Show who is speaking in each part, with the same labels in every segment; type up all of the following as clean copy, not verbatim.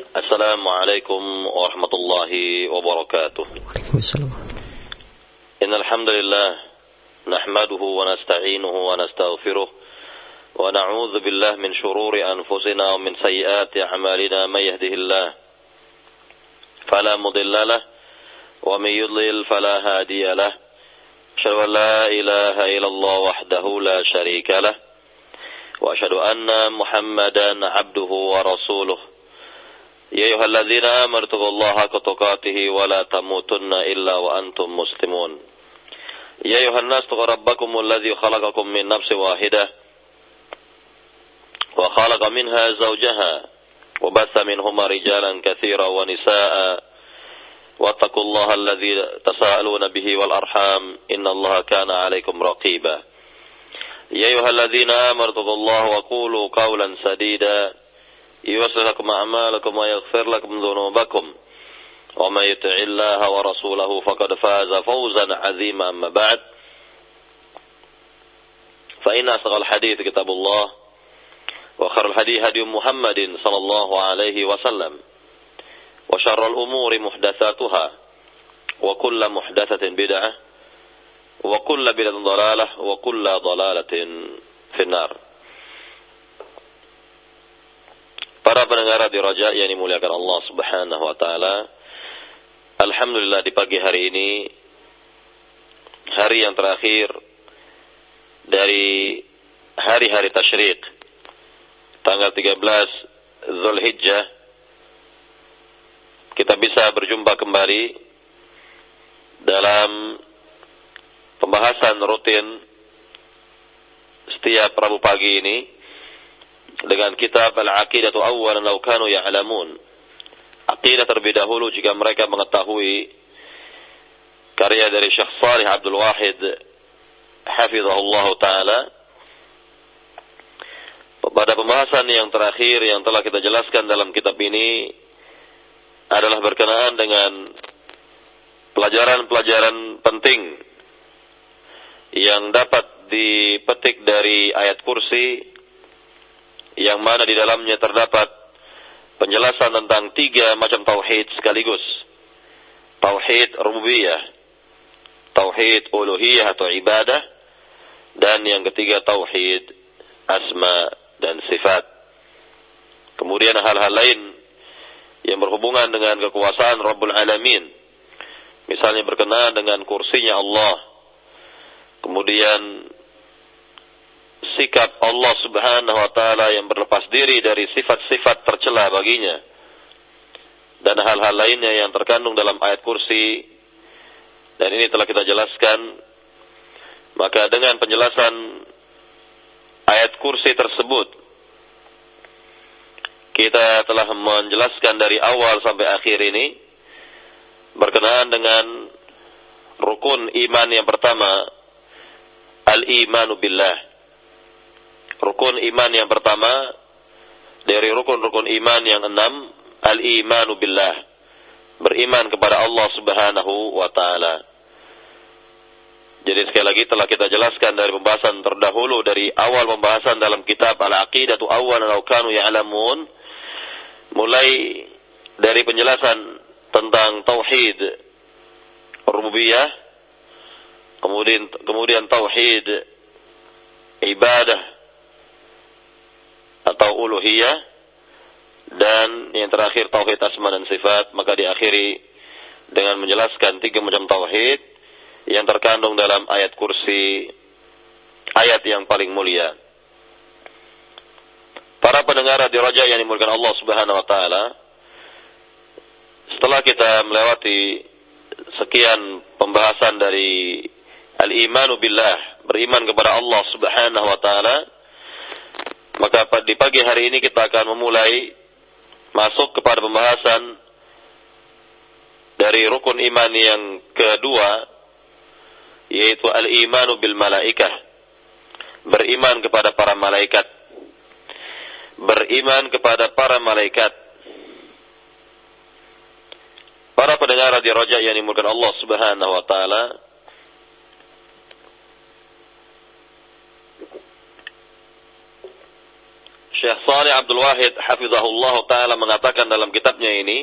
Speaker 1: Assalamualaikum warahmatullahi wabarakatuh.
Speaker 2: Waalaikumsalam.
Speaker 1: Innal hamdalillah nahmaduhu wa nasta'inuhu wa nastaghfiruh wa na'udzu billahi min shururi anfusina wa min sayyiati a'malina may yahdihillahu fala mudilla lahu wa may yudlil fala hadiya lahu. Asyhadu an la ilaha illallah wahdahu la syarika lahu wa asyhadu anna Muhammadan 'abduhu wa rasuluh. Ya ayyuhalladzina amanu taqullaha haqqa tuqatih wa la tamutunna illa wa antum muslimun. Ya ayyuhan nas taqu rabbakumul ladzi khalaqakum min nafsin wahidah wa khalaqa minha zawjaha wa batha minhuma rijalan katsiran wa nisaa'a wattaqullaha alladzi tasaaluna bihi wal arham innallaha kana 'alaikum raqiba. Ya ayyuhalladzina amanu taqullaha wa qulu qawlan sadida يصلح لكم أعمالكم ويغفر لكم ذنوبكم ومن يطع الله ورسوله فقد فاز فوزا عظيما. أما بعد فإن أصدق الحديث كتاب الله وخير الهدي هدي محمد صلى الله عليه وسلم وشر الأمور محدثاتها وكل محدثة بدعة وكل بدعة ضلالة وكل ضلالة في النار. Para pendengar di Raja yang dimuliakan Allah Subhanahu wa taala, alhamdulillah di pagi hari ini, hari yang terakhir dari hari-hari tasyrik, tanggal 13 Zulhijjah, kita bisa berjumpa kembali dalam pembahasan rutin setiap Rabu pagi ini dengan kitab Al-Aqidatu Awwalan Law Kanu Ya'lamun. Aqidah terlebih dahulu jika mereka mengetahui, karya dari Syekh Shalih Abdul Wahid hafizahullah taala. Pada pembahasan yang terakhir yang telah kita jelaskan dalam kitab ini adalah berkenaan dengan pelajaran-pelajaran penting yang dapat dipetik dari ayat kursi, yang mana di dalamnya terdapat penjelasan tentang 3 macam tauhid sekaligus. Tauhid rububiyah, tauhid uluhiyah atau ibadah, dan yang ketiga tauhid asma dan sifat. Kemudian hal-hal lain yang berhubungan dengan kekuasaan Rabbul Alamin, misalnya berkenaan dengan kursinya Allah, kemudian sikap Allah Subhanahu wa taala yang berlepas diri dari sifat-sifat tercela baginya, dan hal-hal lainnya yang terkandung dalam ayat kursi, dan ini telah kita jelaskan. Maka dengan penjelasan ayat kursi tersebut, kita telah menjelaskan dari awal sampai akhir ini berkenaan dengan rukun iman yang pertama, al-imanu billah. Rukun iman yang pertama dari rukun-rukun iman yang 6, al-imanu billah, beriman kepada Allah Subhanahu wa taala. Jadi sekali lagi telah kita jelaskan dari pembahasan terdahulu, dari awal pembahasan dalam kitab Al-Aqidatu Awwalan Law Kanu Ya'lamun, mulai dari penjelasan tentang tauhid rububiyah, kemudian tauhid ibadah atau uluhiyah, dan yang terakhir tauhid asma dan sifat. Maka diakhiri dengan menjelaskan 3 macam tauhid yang terkandung dalam ayat kursi, ayat yang paling mulia. Para pendengar di Raja yang dimuliakan Allah Subhanahu wa taala, setelah kita melewati sekian pembahasan dari al-imanu billah, beriman kepada Allah Subhanahu wa taala, maka di pagi hari ini kita akan memulai masuk kepada pembahasan dari rukun iman yang kedua, yaitu al-imanu bil malaikah, beriman kepada para malaikat. Beriman kepada para malaikat. Para pendengar di Raja yang dimuliakan Allah Subhanahu wa taala, Syekh Shalih Abdul Wahid hafizahullah taala mengatakan dalam kitabnya ini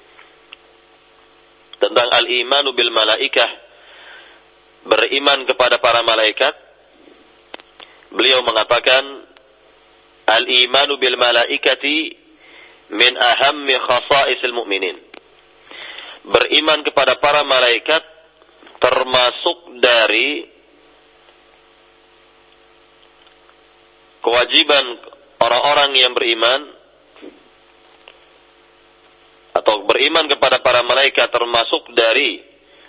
Speaker 1: tentang al-imanu bil malaikah, beriman kepada para malaikat. Beliau mengatakan al-imanu bil malaikati min ahammi khasa'isil mu'minin. Beriman kepada para malaikat termasuk dari kewajiban orang-orang yang beriman, atau beriman kepada para malaikat termasuk dari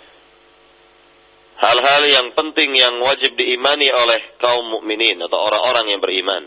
Speaker 1: hal-hal yang penting yang wajib diimani oleh kaum mukminin atau orang-orang yang beriman.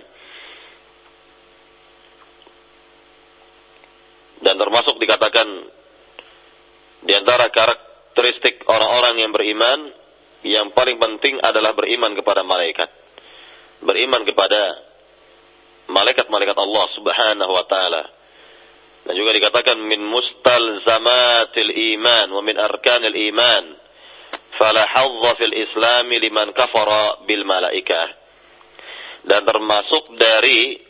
Speaker 1: Dan termasuk dikatakan di antara karakteristik orang-orang yang beriman, yang paling penting adalah beriman kepada malaikat. Beriman kepada malaikat-malaikat Allah Subhanahu wa taala. Dan juga dikatakan min mustalzamatil iman wa min arkanil iman. Fala hadza fil Islam liman kafara bil malaikah. Dan termasuk dari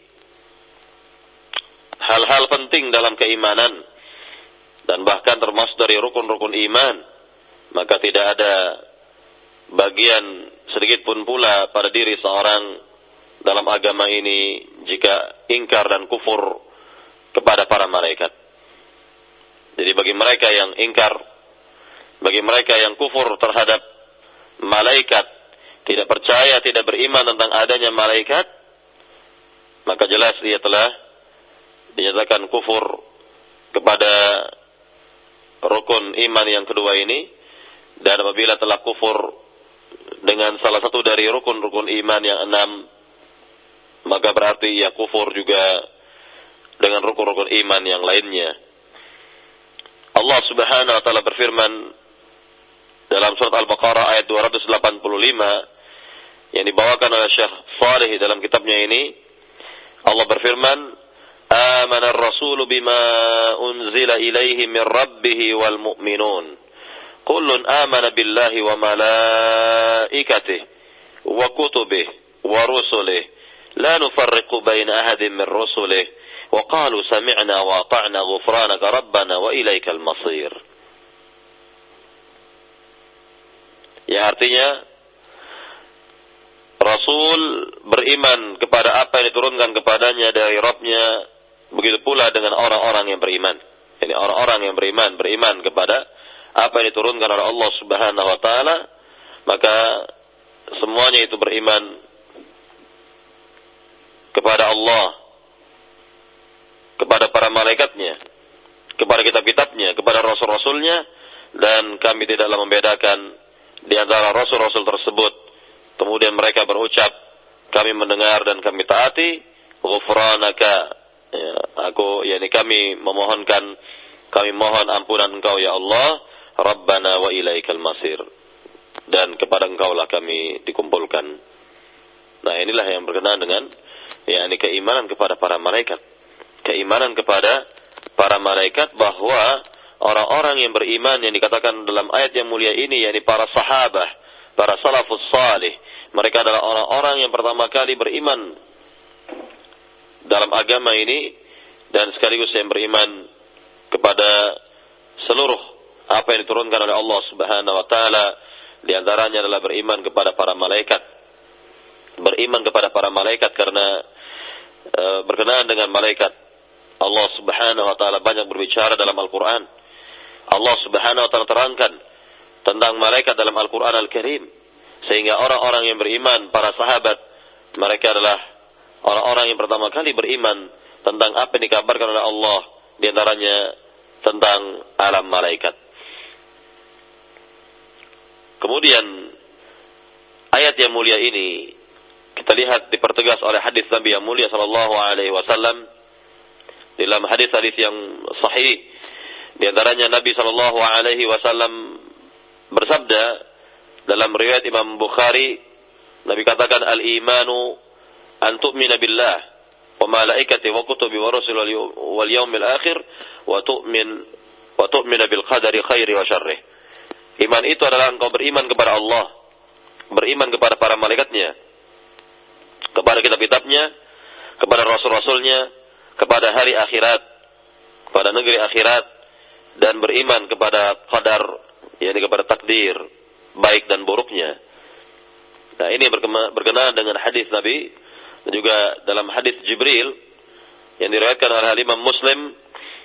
Speaker 1: hal-hal penting dalam keimanan dan bahkan termasuk dari rukun-rukun iman, maka tidak ada bagian sedikit pun pula pada diri seorang dalam agama ini jika ingkar dan kufur kepada para malaikat. Jadi bagi mereka yang ingkar, bagi mereka yang kufur terhadap malaikat, tidak percaya, tidak beriman tentang adanya malaikat, maka jelas dia telah dinyatakan kufur kepada rukun iman yang kedua ini. Dan apabila telah kufur dengan salah satu dari rukun-rukun iman yang 6, maka berarti ia kufur juga dengan rukun-rukun iman yang lainnya. Allah Subhanahu wa taala berfirman dalam surat Al-Baqarah ayat 285 yang dibawakan oleh Syekh Shalih dalam kitabnya ini. Allah berfirman, آمن الرسول بما أنزل إليه من ربه والمؤمنون كل آمن بالله وملائكته وكتبه ورسله لا نفرق بين أحد من رسله وقالوا سمعنا وأطعنا غفرانك ربنا وإليك المصير. Ya, artinya Rasul beriman kepada apa yang diturunkan kepadanya dari Rabb-nya. Begitu pula dengan orang-orang yang beriman. Ini orang-orang yang beriman kepada apa yang diturunkan oleh Allah Subhanahu wa taala, maka semuanya itu beriman kepada Allah, kepada para malaikatnya, kepada kitab-kitabnya, kepada rasul-rasulnya, dan kami tidaklah membedakan di antara rasul-rasul tersebut. Kemudian mereka berucap, kami mendengar dan kami taati, ghufranaka, kami mohon ampunan Engkau ya Allah, Rabbana wa ilaikal masir, dan kepada Engkaulah kami dikumpulkan. Nah, inilah yang berkenaan dengan keimanan kepada para malaikat. Keimanan kepada para malaikat, bahwa orang-orang yang beriman yang dikatakan dalam ayat yang mulia ini, yakni para sahabat, para salafus salih, mereka adalah orang-orang yang pertama kali beriman dalam agama ini, dan sekaligus yang beriman kepada seluruh apa yang diturunkan oleh Allah Subhanahu wa taala. Di antaranya adalah beriman kepada para malaikat. Beriman kepada para malaikat karena berkenaan dengan malaikat, Allah Subhanahu wa taala banyak berbicara dalam Al-Qur'an. Allah Subhanahu wa taala terangkan tentang malaikat dalam Al-Qur'an Al-Karim, sehingga orang-orang yang beriman, para sahabat, mereka adalah orang-orang yang pertama kali beriman tentang apa yang dikabarkan oleh Allah, di antaranya tentang alam malaikat. Kemudian ayat yang mulia ini kita lihat dipertegas oleh hadis Nabi yang mulia sallallahu alaihi wasallam dalam hadis-hadis yang sahih. Di antaranya Nabi sallallahu alaihi wasallam bersabda dalam riwayat Imam Bukhari, Nabi katakan, al-imanu an tu'mina billah wa malaikati wa kutubi wa rusul wal yaumil akhir wa tu'mina bil qadari khairi wa syarrih. Iman itu adalah engkau beriman kepada Allah, beriman kepada para malaikatnya, kepada kitab-kitabnya, kepada rasul-rasulnya, kepada hari akhirat, kepada negeri akhirat, dan beriman kepada qadar, yakni kepada takdir baik dan buruknya. Nah, ini berkenaan dengan hadis Nabi dan juga dalam hadis Jibril yang diriwayatkan oleh Imam Muslim,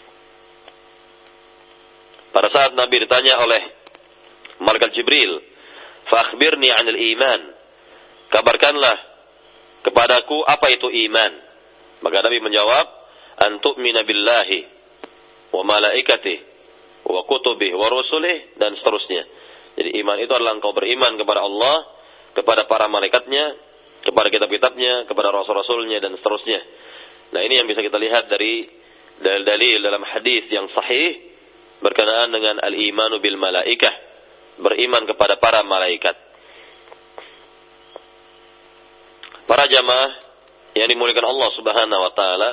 Speaker 1: pada saat Nabi ditanya oleh malaikat Jibril, "Fa akhbirni 'anil iman." Kabarkanlah kepadaku apa itu iman. Maka Nabi menjawab, "An tu'mina billahi wa malaikatihi wa kutubihi wa rusulihi," dan seterusnya. Jadi iman itu adalah engkau beriman kepada Allah, kepada para malaikatnya, kepada kitab-kitabnya, kepada rasul-rasulnya, dan seterusnya. Nah, ini yang bisa kita lihat dari dalil-dalil dalam hadis yang sahih berkenaan dengan al-imanu bil malaikah, beriman kepada para malaikat. Para jamaah yang dimuliakan Allah Subhanahu wa taala,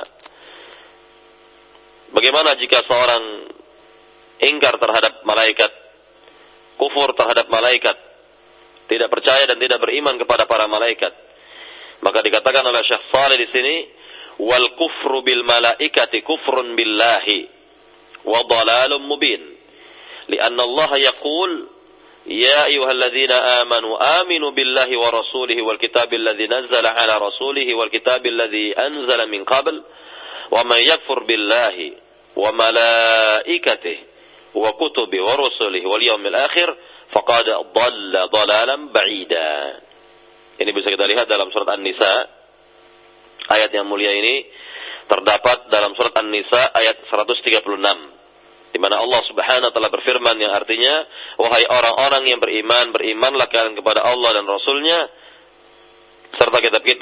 Speaker 1: bagaimana jika seorang ingkar terhadap malaikat, kufur terhadap malaikat, tidak percaya dan tidak beriman kepada para malaikat? Maka dikatakan oleh Syekh Shalih di sini, wal kufru bil malaikati kufrun billahi wa dhalalun mubin. Lianna Allah yaqul, ya ayyuhalladzina amanu aminu billahi wa rasulihi wal kitabil ladzi nazzala ala rasulihi wal kitabil ladzi anzala min qabl wa man yakfur billahi wa malaikatihi wa kutubihi wa rusulihi wal yawmil akhir faqad dhalla dhalalan ba'ida. Ini bisa kita lihat dalam surat An-Nisa. Ayat yang mulia ini terdapat dalam surat An-Nisa ayat 136, di mana Allah Subhanahu wa taala berfirman yang artinya, wahai orang-orang yang beriman, berimanlah kalian kepada Allah dan Rasul-Nya serta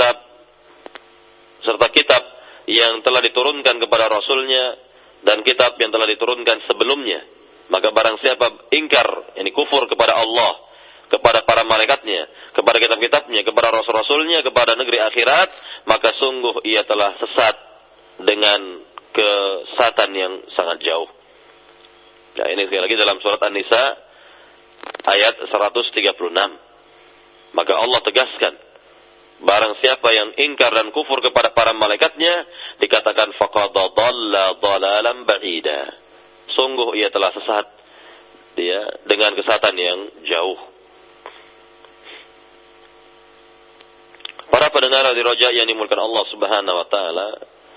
Speaker 1: kitab yang telah diturunkan kepada Rasul-Nya dan kitab yang telah diturunkan sebelumnya. Maka barang siapa ingkar, ini kufur kepada Allah, kepada para malaikatnya, kepada kitab-kitabnya, kepada rasul-rasulnya, kepada negeri akhirat, maka sungguh ia telah sesat dengan kesesatan yang sangat jauh. Nah, ini sekali lagi dalam surat An-Nisa ayat 136. Maka Allah tegaskan, barang siapa yang ingkar dan kufur kepada para malaikatnya, dikatakan faqad dhalla dhalalan ba'ida. Sungguh ia telah sesat dia dengan kesesatan yang jauh. Para pendengar di Raja yang dimulakan Allah Subhanahu wa taala,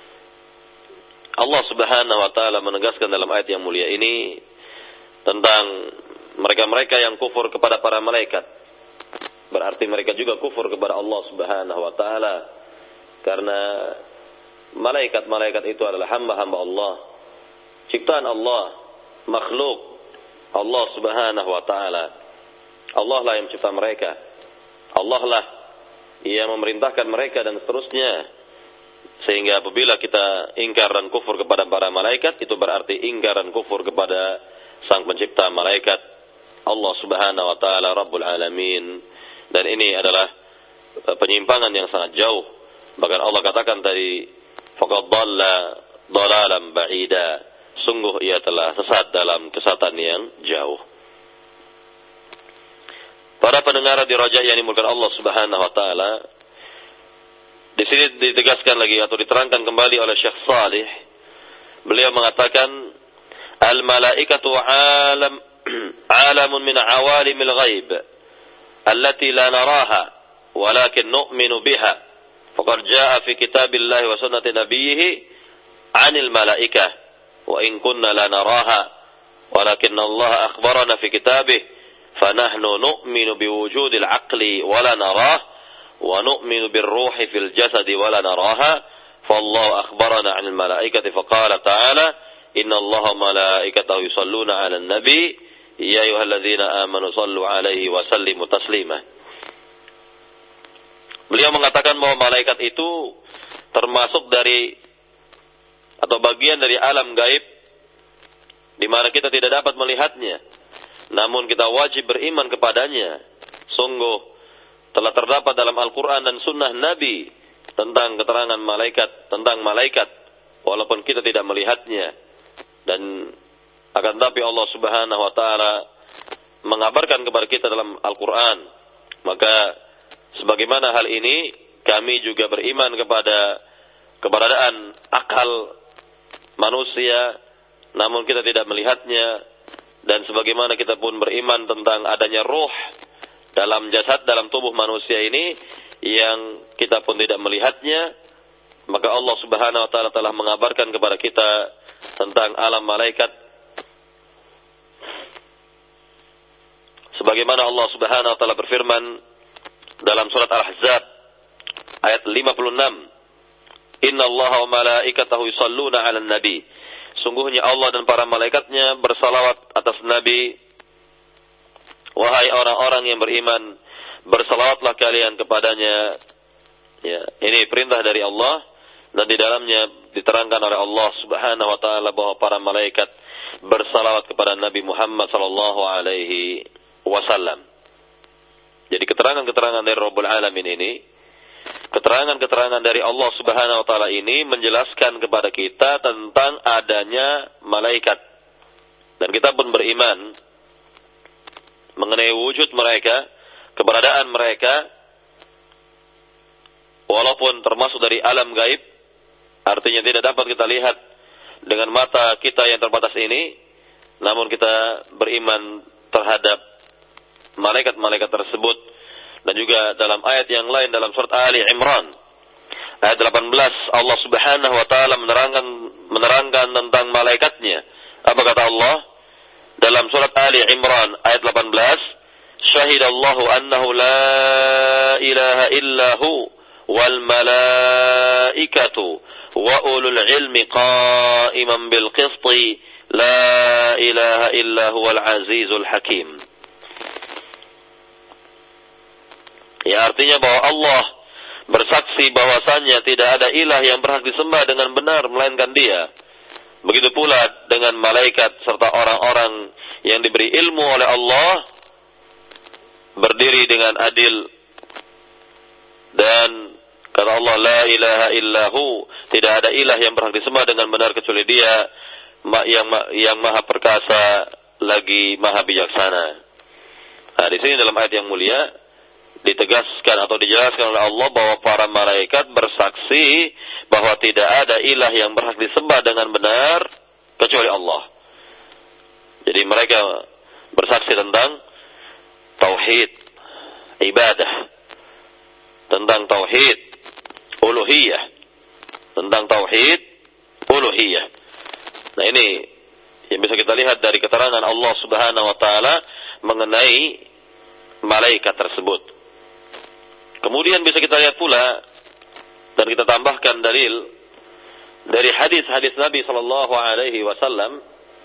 Speaker 1: Allah Subhanahu wa taala menegaskan dalam ayat yang mulia ini tentang mereka-mereka yang kufur kepada para malaikat. Berarti mereka juga kufur kepada Allah Subhanahu wa taala, karena malaikat-malaikat itu adalah hamba-hamba Allah, ciptaan Allah, makhluk Allah Subhanahu wa taala. Allah lah yang mencipta mereka. Allah lah yang memerintahkan mereka dan seterusnya. Sehingga apabila kita ingkar dan kufur kepada para malaikat, itu berarti ingkar dan kufur kepada Sang Pencipta malaikat, Allah Subhanahu wa taala Rabbul Alamin. Dan ini adalah penyimpangan yang sangat jauh. Bahkan Allah katakan tadi, faqad dhalla dhalalan ba'ida. Sungguh ia telah sesat dalam kesesatan yang jauh. Para pendengar di Raja yang dimulakan Allah Subhanahu wa taala, di sini ditegaskan lagi atau diterangkan kembali oleh Syekh Shalih. Beliau mengatakan, al-malaikatu alamun min awalimil ghaib allati la naraha walakin nu'minu biha. Faqad jaa fi kitabillahi wa sunnati nabiyhi 'anil malaikah wa in kunna la naraha walakin Allah akhbarana fi kitabih fanahnu nu'minu biwujudil aqli wa la narah wa nu'minu birruhi fil jasadi wa la naraha fallahu akhbarana 'anil malaikati faqala ta'ala inna Allaha malaikatahu yusalluna 'alan nabi ya ayyuhalladzina amanu sallu 'alaihi wa sallimu taslima. Beliau mengatakan bahwa malaikat itu termasuk dari atau bagian dari alam gaib di mana kita tidak dapat melihatnya, namun kita wajib beriman kepadanya. Sungguh telah terdapat dalam Al-Quran dan Sunnah Nabi tentang keterangan tentang malaikat, walaupun kita tidak melihatnya. Dan akan tetapi Allah Subhanahu wa taala mengabarkan kepada kita dalam Al-Quran. Maka sebagaimana hal ini, kami juga beriman kepada keberadaan akal manusia, namun kita tidak melihatnya, dan sebagaimana kita pun beriman tentang adanya ruh dalam jasad, dalam tubuh manusia ini yang kita pun tidak melihatnya, maka Allah Subhanahu wa taala telah mengabarkan kepada kita tentang alam malaikat. Sebagaimana Allah Subhanahu wa taala berfirman dalam surat Al-Ahzab ayat 56, "Innallaha wa malaikatahu yusholluna 'alan nabi." Sungguhnya Allah dan para malaikatnya bersalawat atas Nabi. Wahai orang-orang yang beriman, bersalawatlah kalian kepadanya. Ya, ini perintah dari Allah, dan di dalamnya diterangkan oleh Allah Subhanahu wa taala bahwa para malaikat bersalawat kepada Nabi Muhammad sallallahu alaihi wasallam. Jadi keterangan-keterangan dari Rabbul Alamin ini, keterangan-keterangan dari Allah Subhanahu wa taala ini menjelaskan kepada kita tentang adanya malaikat. Dan kita pun beriman mengenai wujud mereka, keberadaan mereka, walaupun termasuk dari alam gaib, artinya tidak dapat kita lihat dengan mata kita yang terbatas ini, namun kita beriman terhadap malaikat-malaikat tersebut. Dan juga dalam ayat yang lain dalam surat Ali Imran ayat 18, Allah Subhanahu wa taala menerangkan tentang malaikatnya. Apa kata Allah dalam surat Ali Imran ayat 18? Syahidallahu annahu la ilaha illahu wal malaikatu wa ulul ilmi qa'iman bil qisti la ilaha illa huwal azizul hakim. Ya, artinya bahwa Allah bersaksi bahwasannya tidak ada ilah yang berhak disembah dengan benar melainkan Dia. Begitu pula dengan malaikat serta orang-orang yang diberi ilmu oleh Allah berdiri dengan adil. Dan kata Allah, la ilaha illahu, tidak ada ilah yang berhak disembah dengan benar kecuali Dia yang maha perkasa lagi maha bijaksana. Nah, di sini dalam ayat yang mulia ditegaskan atau dijelaskan oleh Allah bahwa para malaikat bersaksi bahwa tidak ada ilah yang berhak disembah dengan benar kecuali Allah. Jadi mereka bersaksi tentang tauhid ibadah, tentang tauhid uluhiyah, tentang tauhid uluhiyah. Nah, ini yang bisa kita lihat dari keterangan Allah Subhanahu wa taala mengenai malaikat tersebut. Kemudian bisa kita lihat pula dan kita tambahkan dalil dari hadis-hadis Nabi sallallahu alaihi wasallam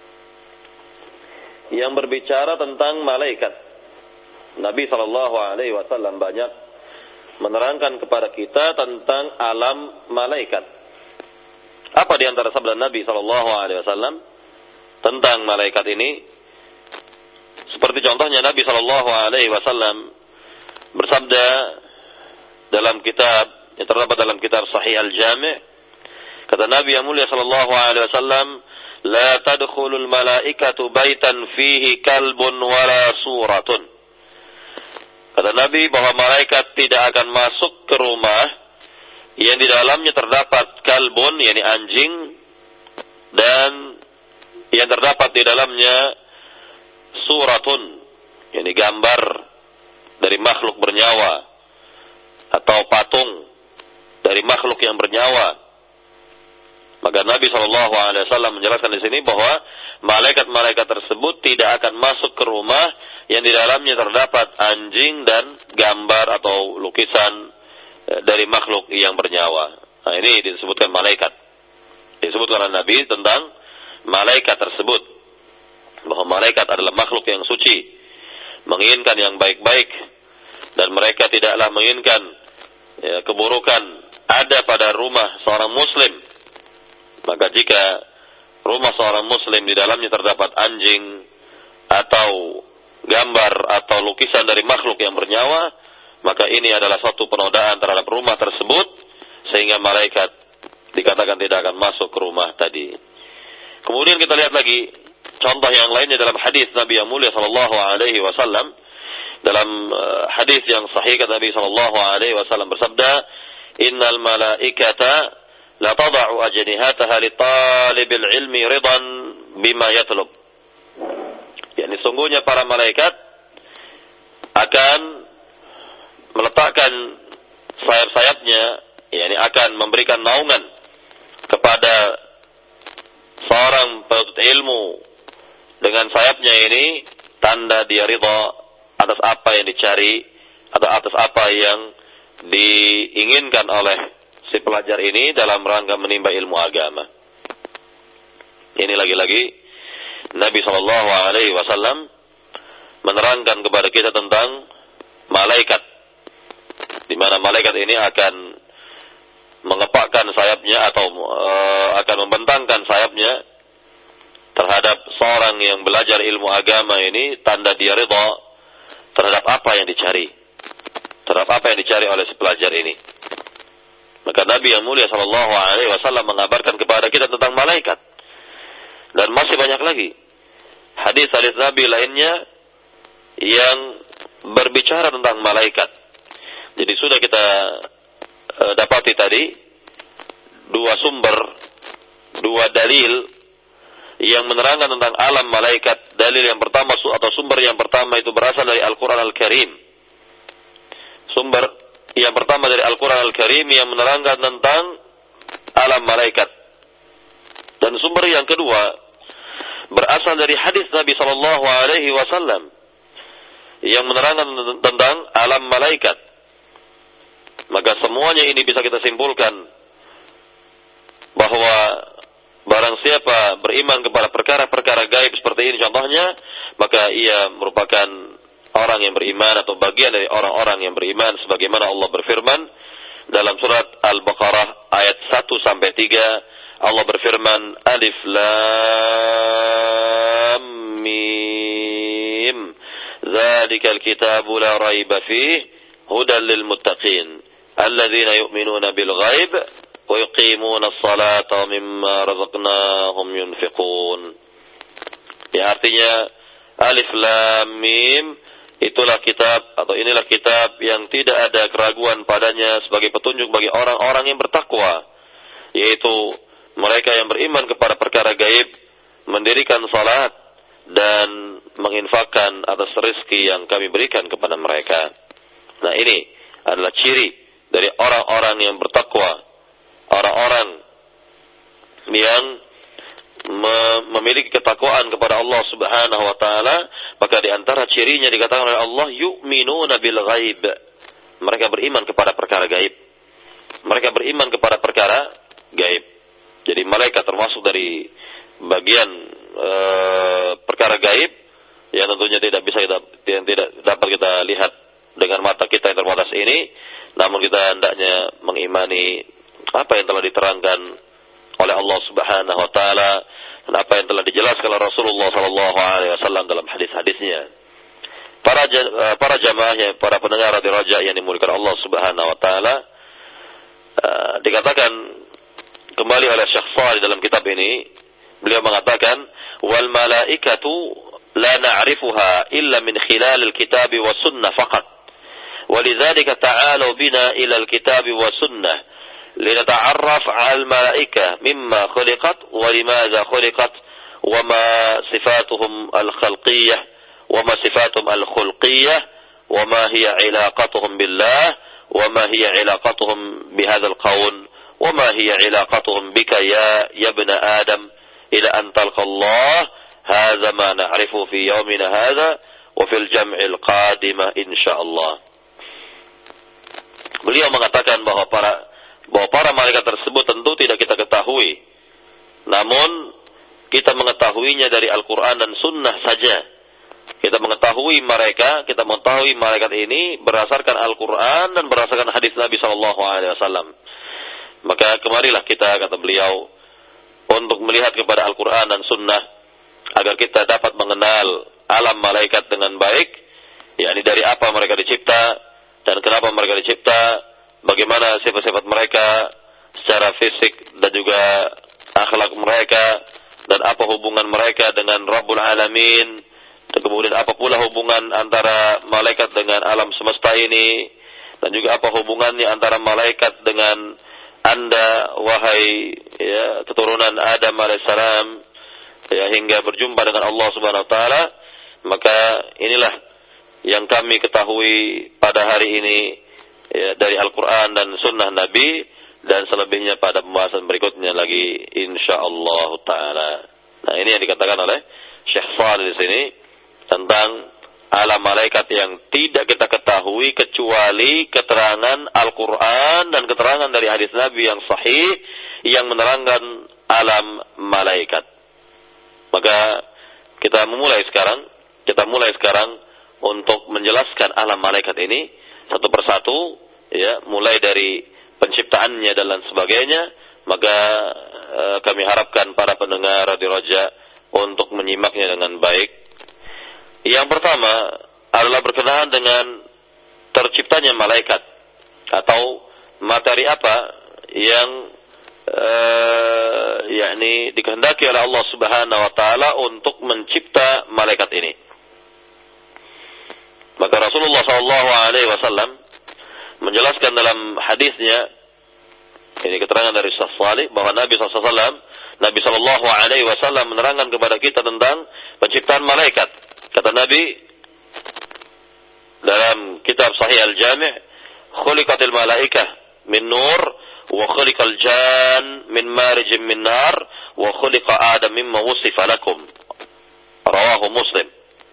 Speaker 1: yang berbicara tentang malaikat. Nabi sallallahu alaihi wasallam banyak menerangkan kepada kita tentang alam malaikat. Apa di antara sabda Nabi sallallahu alaihi wasallam tentang malaikat ini? Seperti contohnya Nabi sallallahu alaihi wasallam bersabda dalam kitab yang terdapat dalam kitab Sahih Al-Jami', kata Nabi yang mulia sallallahu alaihi wasallam, la tadkhulul malaikatu baitan fihi kalbun wala suratun. Kata Nabi bahwa malaikat tidak akan masuk ke rumah yang di dalamnya terdapat kalbun, yakni anjing, dan yang terdapat di dalamnya suratun, yakni gambar dari makhluk bernyawa atau patung dari makhluk yang bernyawa. Maka Nabi SAW menjelaskan di sini bahwa malaikat-malaikat tersebut tidak akan masuk ke rumah yang di dalamnya terdapat anjing dan gambar atau lukisan dari makhluk yang bernyawa. Nah, ini disebutkan malaikat. Disebutkan oleh Nabi tentang malaikat tersebut, bahwa malaikat adalah makhluk yang suci, menginginkan yang baik-baik, dan mereka tidaklah menginginkan keburukan ada pada rumah seorang muslim. Maka jika rumah seorang muslim di dalamnya terdapat anjing atau gambar atau lukisan dari makhluk yang bernyawa, maka ini adalah suatu penodaan terhadap rumah tersebut, sehingga malaikat dikatakan tidak akan masuk ke rumah tadi. Kemudian kita lihat lagi contoh yang lainnya dalam hadis Nabi yang mulia sallallahu alaihi wasallam. Dalam hadis yang sahih kata Nabi sallallahu alaihi wasallam bersabda, "Innal malaikata la tada'u ajnihataha li talibil ilmi ridan bima yatlub. Yani sungguhnya para malaikat akan meletakkan sayap-sayapnya, yakni akan memberikan naungan kepada seorang penuntut ilmu dengan sayapnya ini, tanda dia ridha atas apa yang dicari atau atas apa yang diinginkan oleh si pelajar ini dalam rangka menimba ilmu agama. Ini lagi-lagi Nabi SAW menerangkan kepada kita tentang malaikat, di mana malaikat ini akan mengepakkan sayapnya atau akan membentangkan sayapnya terhadap seorang yang belajar ilmu agama ini, tanda dia ridha terhadap apa yang dicari, terhadap apa yang dicari oleh si pelajar ini. Maka Nabi yang mulia SAW mengabarkan kepada kita tentang malaikat, dan masih banyak lagi hadis-hadis Nabi lainnya yang berbicara tentang malaikat. Jadi sudah kita dapati tadi dua sumber, dua dalil yang menerangkan tentang alam malaikat. Dalil yang pertama atau sumber yang pertama itu berasal dari Al-Quran Al-Karim. Sumber yang pertama dari Al-Quran Al-Karim yang menerangkan tentang alam malaikat. Dan sumber yang kedua berasal dari hadis Nabi SAW yang menerangkan tentang alam malaikat. Maka semuanya ini bisa kita simpulkan bahwa barang siapa beriman kepada perkara-perkara gaib seperti ini contohnya, maka ia merupakan orang yang beriman atau bagian dari orang-orang yang beriman, sebagaimana Allah berfirman dalam surat Al-Baqarah ayat 1-3. Allah berfirman, Alif Lam Mim, Dzalikal kitabu la raiba fihi hudan lil muttaqin alladzina yu'minuna bil ghaib wa yuqimuna as-salata wa mimma razaqnahum yunfiqun. Ya, artinya Alif Lam Mim, itulah kitab atau inilah kitab yang tidak ada keraguan padanya sebagai petunjuk bagi orang-orang yang bertakwa, yaitu mereka yang beriman kepada perkara gaib, mendirikan salat dan menginfakkan atas rezeki yang kami berikan kepada mereka. Nah, ini adalah ciri dari orang-orang yang bertakwa, orang-orang yang memiliki ketakwaan kepada Allah Subhanahu wa taala. Maka di antara cirinya dikatakan oleh Allah, yu'minuna bil ghaib. Mereka beriman kepada perkara gaib. Mereka beriman kepada perkara gaib. Jadi malaikat termasuk dari bagian perkara gaib yang tentunya tidak dapat kita lihat dengan mata kita yang terbatas ini, namun kita hendaknya mengimani apa yang telah diterangkan oleh Allah Subhanahu wa taala dan apa yang telah dijelaskan oleh Rasulullah SAW dalam hadis-hadisnya. Para jamaah, para pendengar Radio Raja yang dimuliakan Allah Subhanahu wa taala, dikatakan kembali oleh Syekh Shalih dalam kitab ini, beliau mengatakan, wal malaikatu la na'rifuha illa min khilalil kitabi wa sunnah faqat. Walidzalika ta'alu bina ila al-kitabi wa sunnah linata'arraf 'al malaikah mimma khuliqat wa limadza khuliqat wa ma sifatuhum al-khalqiyyah wa ma sifatuhum al-khulqiyyah wa ma hiya 'ilaqatuhum billah wa ma hiya 'ilaqatuhum bihadzal qaul wa ma hiya 'ilaqatuhum bika ya ibna adam ila an talqa Allah. Hadza ma na'rifu fi yaumina hadza wa fil jam'il qadimah insyaallah. Beliau mengatakan bahwa para malaikat tersebut tentu tidak kita ketahui, namun kita mengetahuinya dari Al-Quran dan Sunnah saja. Kita mengetahui malaikat ini berdasarkan Al-Quran dan berdasarkan hadis Nabi SAW. Maka kemarilah kita, kata beliau, untuk melihat kepada Al-Quran dan Sunnah agar kita dapat mengenal alam malaikat dengan baik, yakni dari apa mereka dicipta dan kenapa mereka dicipta, bagaimana sifat-sifat mereka secara fisik dan juga akhlak mereka, dan apa hubungan mereka dengan Rabbul Alamin, dan kemudian apa pula hubungan antara malaikat dengan alam semesta ini, dan juga apa hubungannya antara malaikat dengan Anda wahai ya keturunan Adam alaihissalam ya hingga berjumpa dengan Allah Subhanahu wa taala, maka inilah yang kami ketahui pada hari ini ya, dari Al-Qur'an dan sunnah Nabi, dan selebihnya pada pembahasan berikutnya lagi insyaallah taala. Nah, ini yang dikatakan oleh Syekh Shalih di sini tentang alam malaikat yang tidak kita ketahui kecuali keterangan Al-Quran dan keterangan dari hadis Nabi yang sahih yang menerangkan alam malaikat. Maka kita mulai sekarang untuk menjelaskan alam malaikat ini satu persatu, ya, mulai dari penciptaannya dan lain sebagainya. Maka kami harapkan para pendengar Radio Raja untuk menyimaknya dengan baik. Yang pertama adalah berkenaan dengan terciptanya malaikat atau materi apa yang yakni dikehendaki oleh Allah Subhanahu wa taala untuk mencipta malaikat ini. Maka Rasulullah sallallahu alaihi wasallam menjelaskan dalam hadisnya, ini keterangan dari Syekh Shalih, bahwa Nabi sallallahu alaihi wasallam menerangkan kepada kita tentang penciptaan malaikat. Kata Nabi dalam kitab Sahih Al-Jami', khuliqatil malaikah min nur wa khuliqal jan min marijin min nar wa khuliqa Adam mimma wusifa lakum. Rawahu Muslim.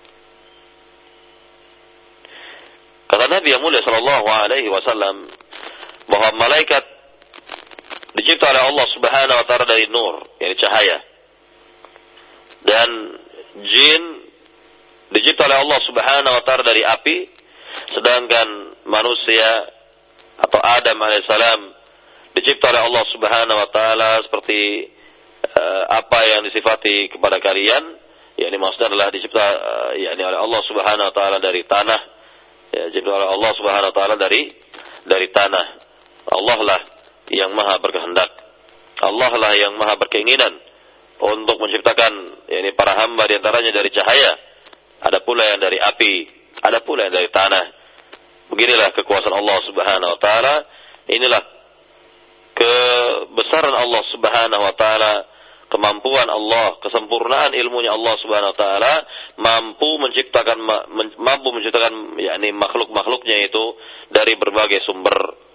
Speaker 1: Kata Nabi yang mulia sallallahu alaihi wasallam bahwa malaikat dicipta oleh Allah Subhanahu wa taala dari nur, yakni cahaya. Dan jin dicipta oleh Allah Subhanahu wa taala dari api, sedangkan manusia atau Adam alaihissalam dicipta oleh Allah Subhanahu wa taala seperti apa yang disifati kepada kalian, yakni maksudnya adalah dicipta yakni oleh Allah Subhanahu wa taala dari tanah, ya, dicipta oleh Allah Subhanahu wa taala dari tanah. Allah lah yang maha berkehendak, Allah lah yang maha berkeinginan untuk menciptakan yakni para hamba di antaranya dari cahaya. Ada pula yang dari api, ada pula yang dari tanah. Beginilah kekuasaan Allah Subhanahu wa taala. Inilah kebesaran Allah Subhanahu wa taala, kemampuan Allah, kesempurnaan ilmunya Allah Subhanahu wa taala, mampu menciptakan yakni makhluk-makhluknya itu dari berbagai sumber.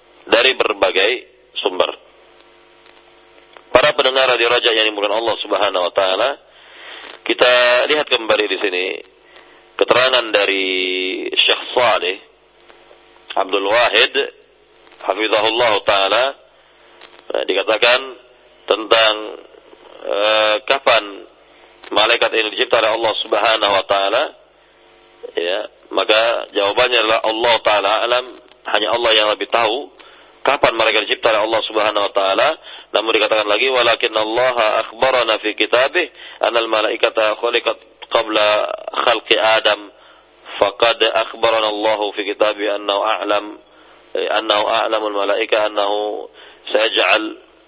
Speaker 1: Para pendengar Radio Raja yang dimuliakan Allah Subhanahu wa taala, kita lihat kembali di sini keterangan dari Syekh Shalih Abdul Wahid hafizahullah taala, dikatakan tentang kapan malaikat ini dicipta oleh Allah Subhanahu wa taala, ya, maka jawabannya adalah Allah taala alam, hanya Allah yang lebih tahu kapan malaikat dicipta oleh Allah Subhanahu wa taala. Namun dikatakan lagi, walakin Allah akhbarana fi kitabih anal malaikata khuliqat qabla khalqi Adam, faqad akhbarana Allah fi kitabih annahu a'lamul malaika annahu sayaj'al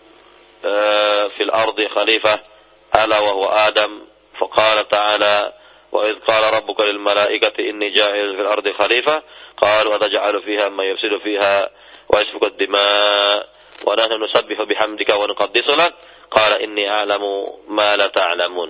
Speaker 1: fil ardi khalifah ala wa huwa Adam, faqala ta'ala wa idh qala rabbuka lil malaikati inni ja'il fil ardi khalifah qalu ataj'alu fiha man yufsidu fiha wa yasfiku ad-dima' wa nahnu nusabbihu bihamdika wa nuqaddisu lak qala inni a'lamu ma la ta'lamun.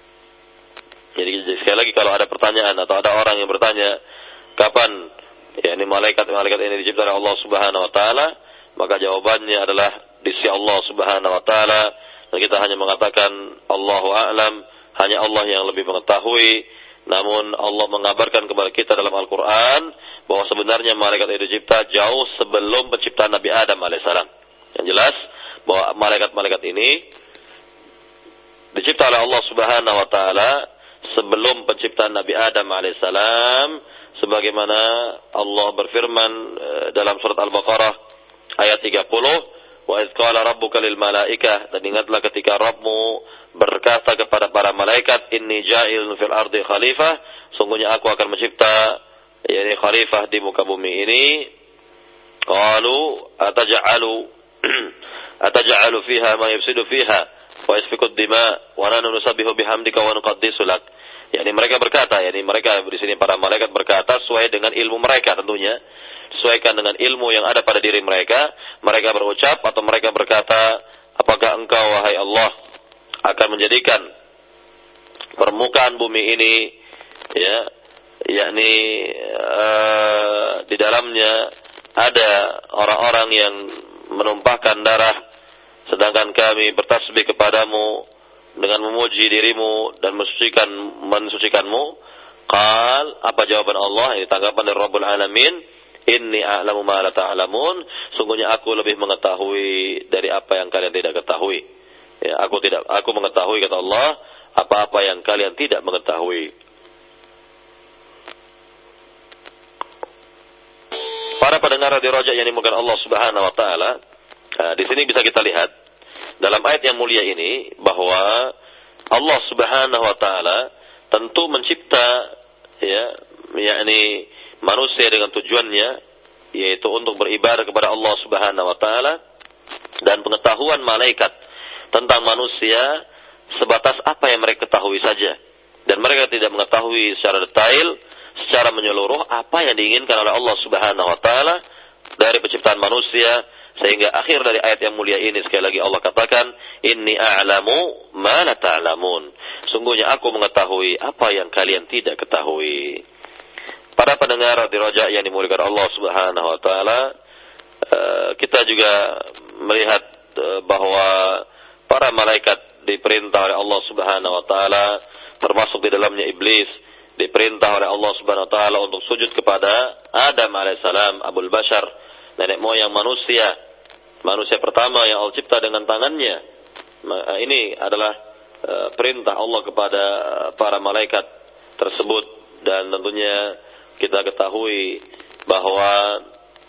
Speaker 1: Jadi sekali lagi, kalau ada pertanyaan atau ada orang yang bertanya kapan yakni malaikat ini dicipta oleh Allah Subhanahu wa taala, maka jawabannya adalah di sisi Allah Subhanahu wa taala, dan kita hanya mengatakan Allahu a'lam, hanya Allah yang lebih mengetahui. Namun Allah mengabarkan kepada kita dalam Al-Qur'an bahwa sebenarnya malaikat itu dicipta jauh sebelum penciptaan Nabi Adam alaihissalam. Yang jelas bahwa malaikat-malaikat ini dicipta oleh Allah Subhanahu wa taala sebelum penciptaan Nabi Adam alaihissalam, sebagaimana Allah berfirman dalam surat Al-Baqarah ayat 30, wa idz qala rabbuka lil malaikah, dan ingatlah ketika Rabbmu berkata kepada para malaikat, inni ja'ilun fil ardi khalifah, sungguhnya aku akan mencipta yakni khalifah di muka bumi ini. Qalu ataj'alu fiha ma yufsidu fiha wa yasfiku ad-dima wa nahnu nusabbihu bihamdika wa nuqaddisu lak. Yakni mereka berkata, yakni mereka di sini para malaikat berkata sesuai dengan ilmu mereka tentunya, disesuaikan dengan ilmu yang ada pada diri mereka. Mereka berucap atau mereka berkata, apakah engkau wahai Allah akan menjadikan permukaan bumi ini, ya, yakni di dalamnya ada orang-orang yang menumpahkan darah, sedangkan kami bertasbih kepadamu dengan memuji dirimu dan mensucikanmu. Qal, apa jawaban Allah? Ini tanggapan dari Rabbul Alamin. Inni a'lamu ma la ta'lamun. Sungguhnya aku lebih mengetahui dari apa yang kalian tidak ketahui. Ya, aku mengetahui, kata Allah, apa-apa yang kalian tidak mengetahui. Para pendengar Radio Raja yang dimuliakan Allah Subhanahu wa taala, di sini bisa kita lihat dalam ayat yang mulia ini bahwa Allah Subhanahu wa taala tentu mencipta, ya, yakni manusia dengan tujuannya, yaitu untuk beribadah kepada Allah Subhanahu wa taala, dan pengetahuan malaikat tentang manusia sebatas apa yang mereka ketahui saja, dan mereka tidak mengetahui secara detail, secara menyeluruh apa yang diinginkan oleh Allah Subhanahu wa taala dari penciptaan manusia. Sehingga akhir dari ayat yang mulia ini sekali lagi Allah katakan, inni a'lamu ma la ta'lamun. Sungguhnya aku mengetahui apa yang kalian tidak ketahui. Para pendengar di Raja yang dimuliakan Allah Subhanahu wa taala, kita juga melihat bahwa para malaikat diperintah oleh Allah Subhanahu wa taala, termasuk di dalamnya iblis, diperintah oleh Allah Subhanahu wa taala untuk sujud kepada Adam alaihissalam, Abul Bashar, nenek moyang manusia pertama yang Allah cipta dengan tangannya. Ini adalah perintah Allah kepada para malaikat tersebut, dan tentunya kita ketahui bahwa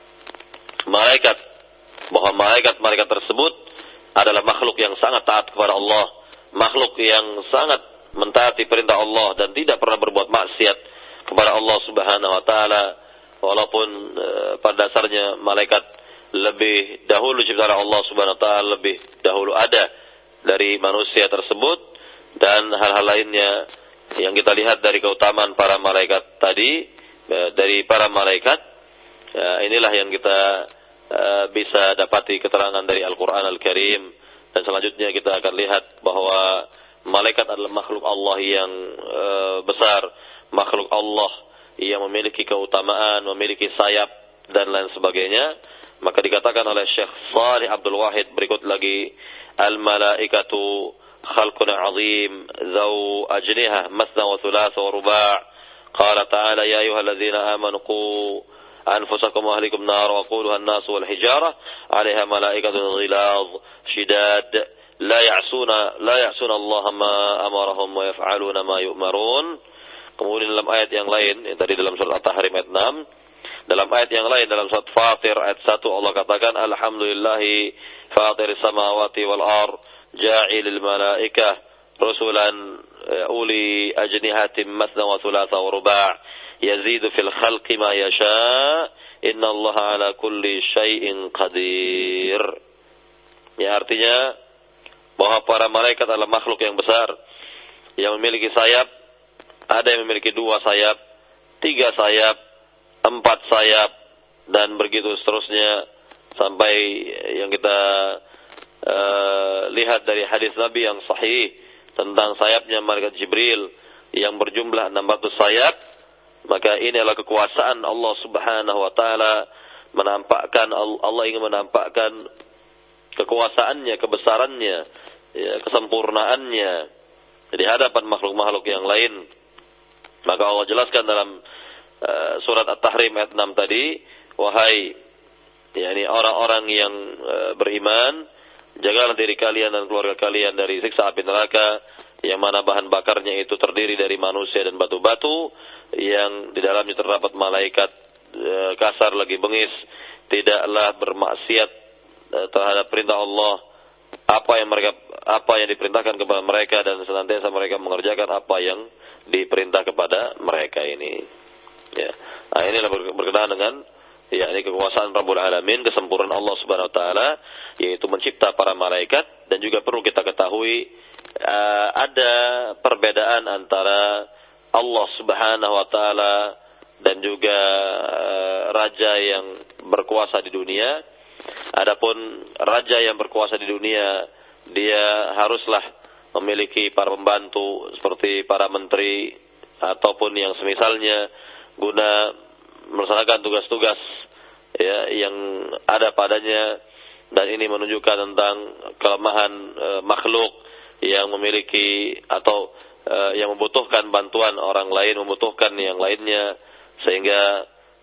Speaker 1: malaikat tersebut adalah makhluk yang sangat taat kepada Allah, makhluk yang sangat mentaati perintah Allah dan tidak pernah berbuat maksiat kepada Allah Subhanahu wa taala. Walaupun pada dasarnya malaikat lebih dahulu ciptaan Allah Subhanahu wa taala, lebih dahulu ada dari manusia tersebut, dan hal-hal lainnya yang kita lihat dari keutamaan para malaikat tadi, dari para malaikat, inilah yang kita bisa dapati keterangan dari Al-Quran Al-Karim. Dan selanjutnya kita akan lihat bahwa malaikat adalah makhluk Allah yang besar, makhluk Allah yang memiliki keutamaan, memiliki sayap dan lain sebagainya. Maka dikatakan oleh Syekh Salih Abdul Wahid berikut lagi, al-malaikatu khalqun azim dzaw ajnihah masna wa thulatha wa ruba'. Qala ta'ala ya ayyuhalladzina amanu qu anfusakum wa ahlikum nar wa qudha an-nas wal hijarah 'alaiha malaikatun ghilaz shidad la ya'suna Allah ma amarahum wa yaf'aluna ma yu'marun. Kemudian dalam ayat yang lain, tadi dalam surat At-Tahrim ayat 6, dalam ayat yang lain dalam surat Fatir ayat 1 Allah katakan, alhamdulillahi fatir samawati wal ard ja'ilil malaikah rusulan uli ajnihatin masna wa thulatha wa ruba' yazidu fil khalqi ma yasha' innallaha ala kulli syai'in qadir. Ya, artinya bahwa para malaikat adalah makhluk yang besar yang memiliki sayap. Ada yang memiliki 2 sayap, 3 sayap, 4 sayap, dan begitu seterusnya, sampai yang kita lihat dari hadis Nabi yang sahih tentang sayapnya malaikat Jibril yang berjumlah 600 sayap. Maka ini adalah kekuasaan Allah Subhanahu wa taala, menampakkan Allah ingin menampakkan kekuasaannya, kebesarannya, ya, kesempurnaannya di hadapan makhluk-makhluk yang lain. Maka Allah jelaskan dalam surat At-Tahrim ayat 6 tadi, wahai yakni orang-orang yang beriman, jagalah diri kalian dan keluarga kalian dari siksa api neraka yang mana bahan bakarnya itu terdiri dari manusia dan batu-batu yang di dalamnya terdapat malaikat kasar lagi bengis, tidaklah bermaksiat terhadap perintah Allah, apa yang diperintahkan kepada mereka, dan senantiasa mereka mengerjakan apa yang diperintah kepada mereka ini. Ya. Nah, inilah berkenaan dengan yakni kekuasaan Rabbul Alamin, kesempurnaan Allah Subhanahu wa taala, yaitu mencipta para malaikat. Dan juga perlu kita ketahui ada perbedaan antara Allah Subhanahu wa taala dan juga raja yang berkuasa di dunia. Adapun raja yang berkuasa di dunia, dia haruslah memiliki para pembantu seperti para menteri ataupun yang semisalnya guna melaksanakan tugas-tugas ya yang ada padanya, dan ini menunjukkan tentang kelemahan makhluk yang memiliki atau yang membutuhkan bantuan orang lain, membutuhkan yang lainnya, sehingga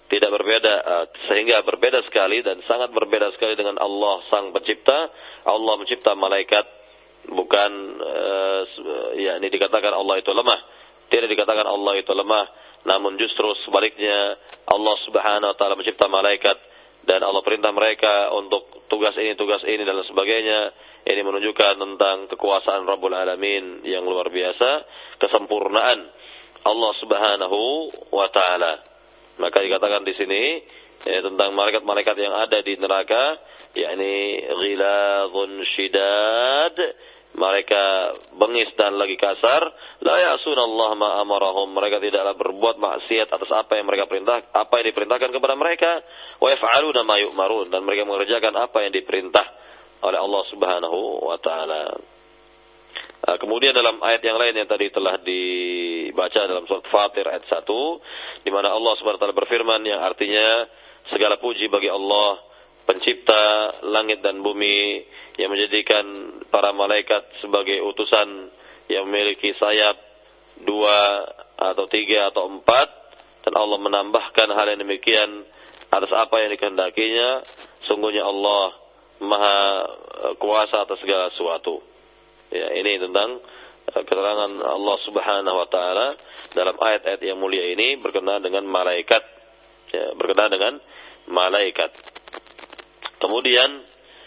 Speaker 1: berbeda sekali dan sangat berbeda sekali dengan Allah sang pencipta. Allah mencipta malaikat bukan yakni dikatakan Allah itu lemah. Tidak dikatakan Allah itu lemah, namun justru sebaliknya Allah Subhanahu wa taala mencipta malaikat dan Allah perintah mereka untuk tugas ini dan sebagainya. Ini menunjukkan tentang kekuasaan Rabbul Alamin yang luar biasa, kesempurnaan Allah Subhanahu wa taala. Maka dikatakan di sini tentang malaikat-malaikat yang ada di neraka, yakni ghilazun shidad, mereka bengis dan lagi kasar, la ya'sunallaha ma amarahum, mereka tidaklah berbuat maksiat atas apa yang diperintahkan kepada mereka, wa yaf'aluna ma yu'marun, dan mereka mengerjakan apa yang diperintah oleh Allah Subhanahu wa taala. Kemudian dalam ayat yang lain yang tadi telah dibaca dalam surat Fatir ayat 1, di mana Allah Subhanahu wa taala berfirman yang artinya segala puji bagi Allah pencipta langit dan bumi, yang menjadikan para malaikat sebagai utusan yang memiliki sayap 2 atau 3 atau 4, dan Allah menambahkan hal yang demikian atas apa yang dikehendakinya. Sungguhnya Allah Maha kuasa atas segala sesuatu. Ya, ini tentang keterangan Allah Subhanahu wa taala dalam ayat-ayat yang mulia ini berkenaan dengan malaikat. Ya, berkenaan dengan malaikat. Kemudian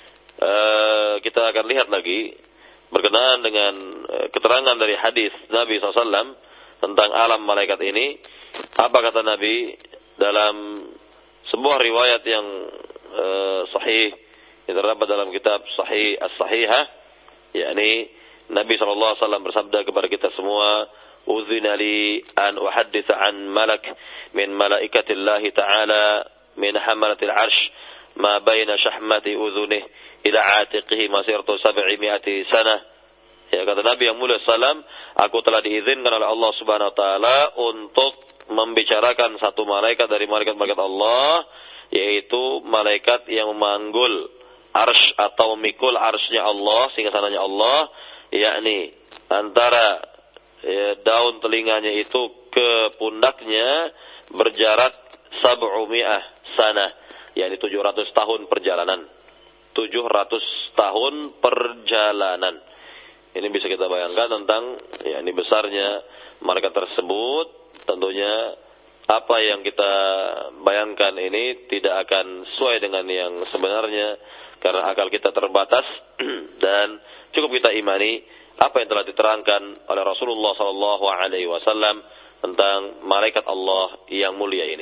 Speaker 1: kita akan lihat lagi berkenaan dengan keterangan dari hadis Nabi SAW tentang alam malaikat ini. Apa kata Nabi dalam sebuah riwayat yang sahih yang terdapat dalam kitab Sahih As-Sahihah, yakni Nabi SAW bersabda kepada kita semua, "Udzina li an uhaddits an malak min malaikatillahi ta'ala min hamalatil 'arsy ma baina syahmati udhunih ila 'atiqihi masiratu 700 sanah." Ya, kata Nabi yang mulia sallam, aku telah diizinkan oleh Allah Subhanahu wa taala untuk membicarakan satu malaikat dari malaikat-malaikat Allah, yaitu malaikat yang memanggul arsy atau memikul arsy-nya Allah, singgasananya Allah, yakni antara daun telinganya itu ke pundaknya berjarak 700 sanah, yakni 700 tahun perjalanan. 700 tahun perjalanan. Ini bisa kita bayangkan tentang yakni besarnya malaikat tersebut. Tentunya apa yang kita bayangkan ini tidak akan sesuai dengan yang sebenarnya, karena akal kita terbatas dan cukup kita imani apa yang telah diterangkan oleh Rasulullah SAW tentang malaikat Allah yang mulia ini.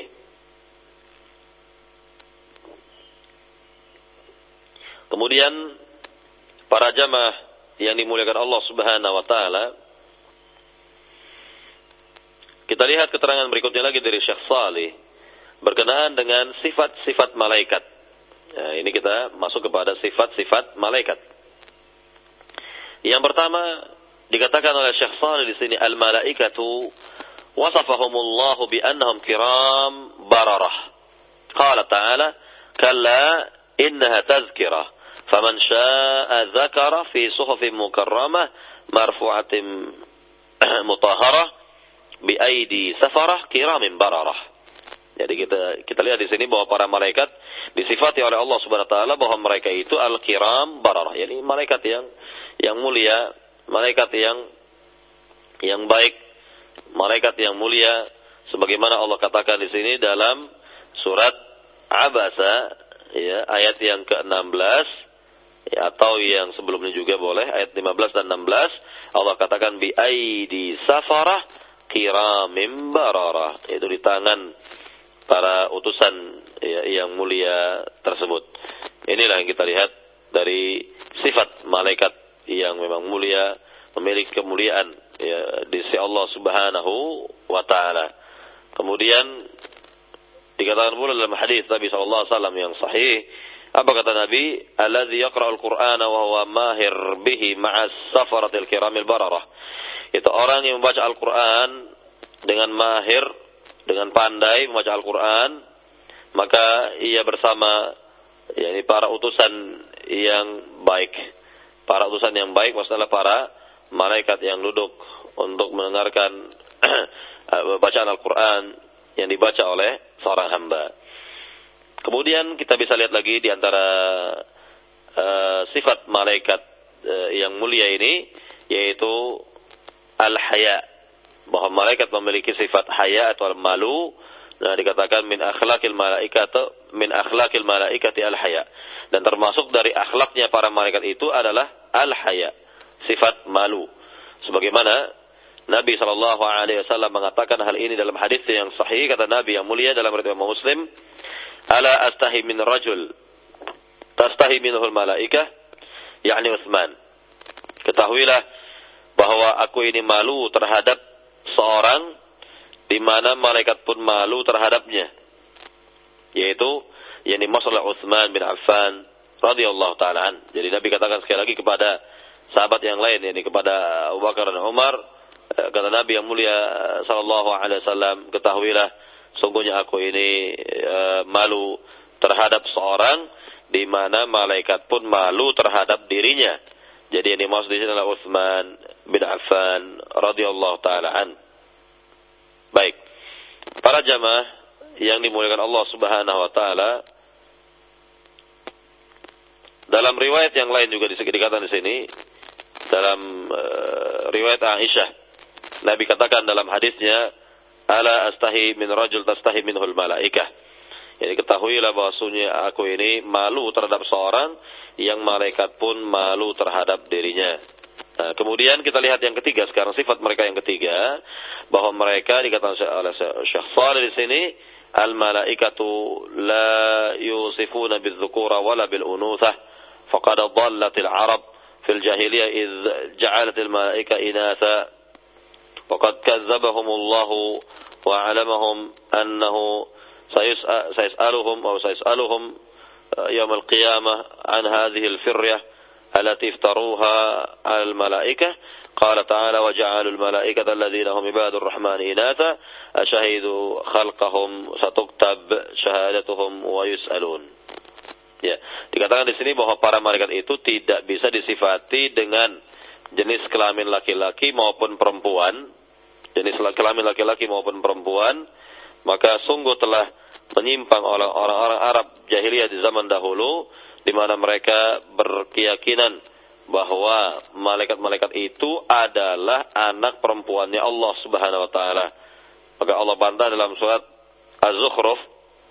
Speaker 1: Kemudian para jamaah yang dimuliakan Allah Subhanahu wa taala, kita lihat keterangan berikutnya lagi dari Syekh Salih berkenaan dengan sifat-sifat malaikat. Nah, ini kita masuk kepada sifat-sifat malaikat. Yang pertama dikatakan oleh Syekh Salih di sini, al-malaikatu wasafahumullahu bi annahum kiram bararah. Qala ta'ala, kalla innaha tazkirah, faman syaa'a dzakara fi suhufin mukarramah marfu'atin mutahharah bi aidi safarah kiramin bararah. Jadi kita lihat di sini bahwa para malaikat disifati oleh Allah Subhanahu wa taala bahwa mereka itu al-kiram bararah, yakni malaikat yang mulia, malaikat yang baik, malaikat yang mulia, sebagaimana Allah katakan di sini dalam surat Abasa, ya, ayat yang ke-16, ya, atau yang sebelumnya juga boleh, ayat 15 dan 16, Allah katakan bi aidi safarah kiramim bararah, itu di tangan para utusan yang mulia tersebut. Inilah yang kita lihat dari sifat malaikat yang memang mulia, memiliki kemuliaan di sisi Allah Subhanahu wa taala. Kemudian Dikatakan pula dalam hadis Nabi sallallahu alaihi wasallam yang sahih, apa kata Nabi? Alladzi yaqra'ul Qur'ana wa huwa mahir bihi ma'as safaratil kiramil bararah. Itu orang yang membaca Al-Qur'an dengan mahir, dengan pandai membaca Al-Qur'an, maka ia bersama yakni para utusan yang baik. Para utusan yang baik maksudnya para malaikat yang duduk untuk mendengarkan bacaan Al-Quran yang dibaca oleh seorang hamba. Kemudian kita bisa lihat lagi di antara sifat malaikat yang mulia ini, yaitu al-haya, bahwa malaikat memiliki sifat haya atau malu. Nah, dikatakan min akhlaqil malaikati al-haya. Dan termasuk dari akhlaknya para malaikat itu adalah al-haya, sifat malu. Sebagaimana Nabi SAW mengatakan hal ini dalam hadis yang sahih, kata Nabi yang mulia dalam riwayat Muslim, ala astahi min rajul tastahi minhul malaikah, yakni Utsman. Ketahuilah bahwa aku ini malu terhadap seorang di mana malaikat pun malu terhadapnya, yaitu yang dimaksud oleh Utsman bin Affan radhiyallahu taala an. Jadi Nabi katakan sekali lagi kepada sahabat yang lain, yakni kepada Abu Bakar dan Umar, kata Nabi yang mulia sallallahu alaihi wasallam, ketahuilah sungguhnya aku ini malu terhadap seorang di mana malaikat pun malu terhadap dirinya. Jadi yang dimaksud di sini adalah Utsman bin Affan radhiyallahu taala an. Baik, para jamaah yang dimuliakan Allah Subhanahu wa taala, dalam riwayat yang lain juga dikatakan di sini, dalam riwayat Aisyah, Nabi katakan dalam hadisnya, ala astahi min rajul tastahi minhul malaikah. Jadi ketahuilah bahwasanya aku ini malu terhadap seorang yang malaikat pun malu terhadap dirinya. Nah, kemudian kita lihat yang ketiga sekarang, sifat mereka yang ketiga, bahwa mereka dikatakan oleh Syekh Shalih di sini, al-malaikatu la yusifuna bil-dzukura wala bil-unuthah faqad dhallatil arab fil jahiliyah id ja'alatil malaika inatha wa qad kazzabahumullahu wa 'alamahum annahu sayas'aluhum yawm al-qiyamah an hadhihi al-firyah التي افتروها على الملائكة. قال تعالى وجعلوا الملائكة الذين هم عباد الرحمن إناثا أشهدوا خلقهم ستكتب شهادتهم ويسألون. Ya, dikatakan di sini bahwa para malaikat itu tidak bisa disifati dengan jenis kelamin laki-laki maupun perempuan, jenis kelamin laki-laki maupun perempuan, maka sungguh telah menyimpang oleh orang-orang Arab jahiliyah di zaman dahulu, di mana mereka berkeyakinan bahwa malaikat-malaikat itu adalah anak perempuannya Allah Subhanahu wa taala. Maka Allah bantah dalam surat Az-Zukhruf.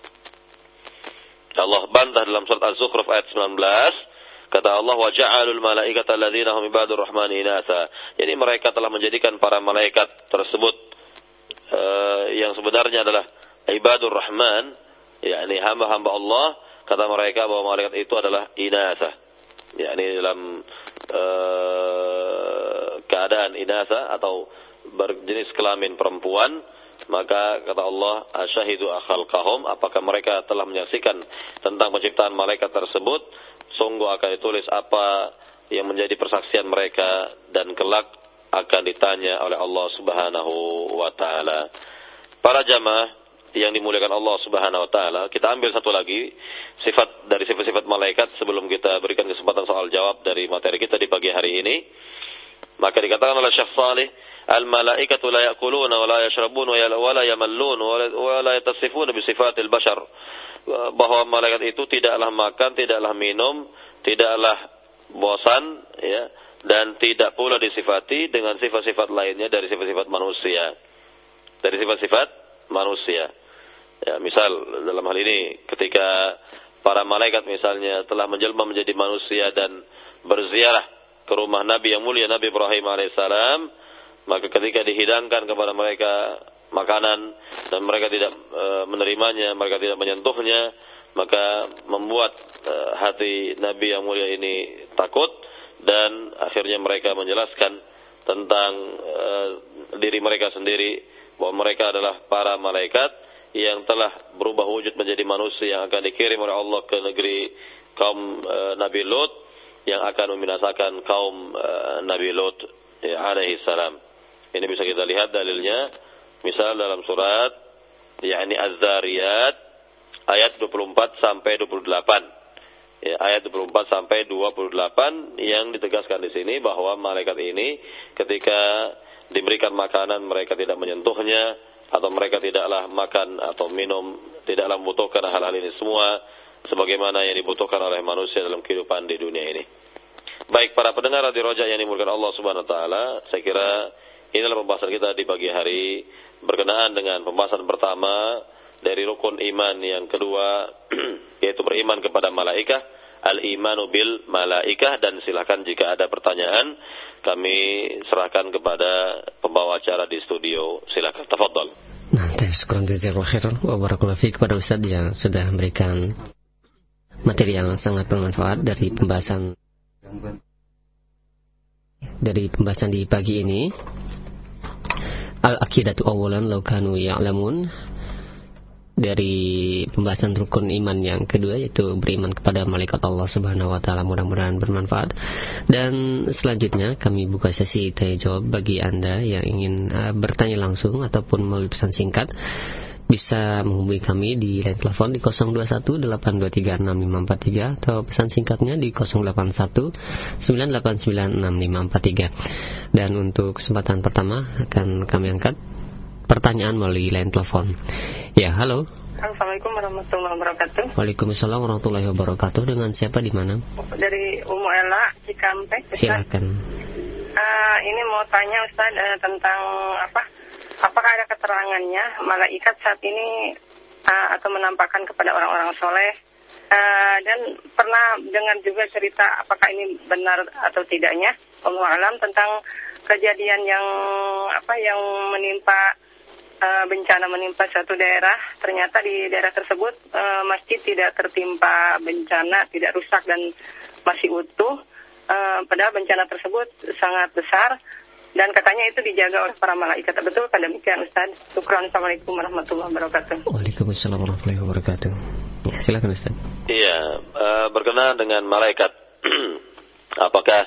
Speaker 1: Allah bantah dalam surat Az-Zukhruf ayat 19, kata Allah wa ja'alul malaikata alladzina hum ibadur rahmani inatha. Jadi mereka telah menjadikan para malaikat tersebut yang sebenarnya adalah ibadur rahman, yakni hamba-hamba Allah. Kata mereka bahwa malaikat itu adalah inatha, yakni dalam keadaan inatha atau berjenis kelamin perempuan. Maka kata Allah, asyahidu khalqahum, apakah mereka telah menyaksikan tentang penciptaan malaikat tersebut? Sungguh akan ditulis apa yang menjadi persaksian mereka dan kelak akan ditanya oleh Allah Subhanahu wa taala. Para jamaah yang dimuliakan Allah Subhanahu wa taala, kita ambil satu lagi sifat dari sifat-sifat malaikat sebelum kita berikan kesempatan soal jawab dari materi kita di pagi hari ini. Maka dikatakan oleh Syekh Shalih, al-malaikatu la ya'kuluna wa la yashrabun wa la yamallun wa la yatasifuna bi sifatil bashar. Bahwa malaikat itu tidaklah makan, tidaklah minum, tidaklah bosan, ya, dan tidak pula disifati dengan sifat-sifat lainnya dari sifat-sifat manusia. Dari sifat-sifat manusia. Ya, misal dalam hal ini ketika para malaikat misalnya telah menjelma menjadi manusia dan berziarah ke rumah Nabi yang mulia Nabi Ibrahim alaihissalam, maka ketika dihidangkan kepada mereka makanan dan mereka tidak menerimanya, mereka tidak menyentuhnya, maka membuat hati Nabi yang mulia ini takut, dan akhirnya mereka menjelaskan tentang diri mereka sendiri bahwa mereka adalah para malaikat yang telah berubah wujud menjadi manusia yang akan dikirim oleh Allah ke negeri kaum Nabi Lut, yang akan membinasakan kaum Nabi Lut alaihi salam. Ini bisa kita lihat dalilnya misal dalam surat yakni Az-Zariyat ayat 24 sampai 28. Ya, ayat 24 sampai 28 yang ditegaskan di sini bahwa malaikat ini ketika diberikan makanan mereka tidak menyentuhnya, atau mereka tidaklah makan atau minum, tidaklah membutuhkan hal-hal ini semua sebagaimana yang dibutuhkan oleh manusia dalam kehidupan di dunia ini. Baik para pendengar Radio Roja yang dimuliakan Allah Subhanahu wa taala, saya kira inilah pembahasan kita di pagi hari berkenaan dengan pembahasan pertama dari rukun iman yang kedua, yaitu beriman kepada malaikat, al-imanu bil malaikah. Dan silakan jika ada pertanyaan kami serahkan kepada pembawa acara di studio. Silakan, tafadhol.
Speaker 2: Nah, syukran jazakallahu khairan wa barakallahu fiik kepada Ustaz yang sudah memberikan materi yang sangat bermanfaat dari pembahasan di pagi ini. Al-aqidatu awalan law kanu ya'lamun. Dari pembahasan rukun iman yang kedua, yaitu beriman kepada malaikat Allah Subhanahu wa taala, mudah-mudahan bermanfaat. Dan selanjutnya kami buka sesi tanya jawab bagi Anda yang ingin bertanya langsung ataupun melalui pesan singkat. Bisa menghubungi kami di line telepon di 0218236543 atau pesan singkatnya di 0819896543. Dan untuk kesempatan pertama akan kami angkat pertanyaan melalui line telepon. Ya, halo.
Speaker 3: Assalamualaikum warahmatullahi wabarakatuh.
Speaker 2: Waalaikumsalam warahmatullahi wabarakatuh. Dengan siapa di mana?
Speaker 3: Dari Umu Ella, Cikampek.
Speaker 2: Silakan.
Speaker 3: Ini mau tanya Ustaz tentang apakah ada keterangannya malaikat saat ini atau menampakkan kepada orang-orang soleh, dan pernah dengar juga cerita apakah ini benar atau tidaknya Allahu a'lam tentang kejadian yang menimpa bencana menimpa suatu daerah. Ternyata di daerah tersebut masjid tidak tertimpa bencana, tidak rusak dan masih utuh, padahal bencana tersebut sangat besar dan katanya itu dijaga oleh para malaikat. Betul kan demikian Ustaz? Syukran. Assalamualaikum warahmatullahi wabarakatuh.
Speaker 2: Waalaikumsalam warahmatullahi wabarakatuh. Ya, silakan Ustaz.
Speaker 1: Iya, berkenaan dengan malaikat apakah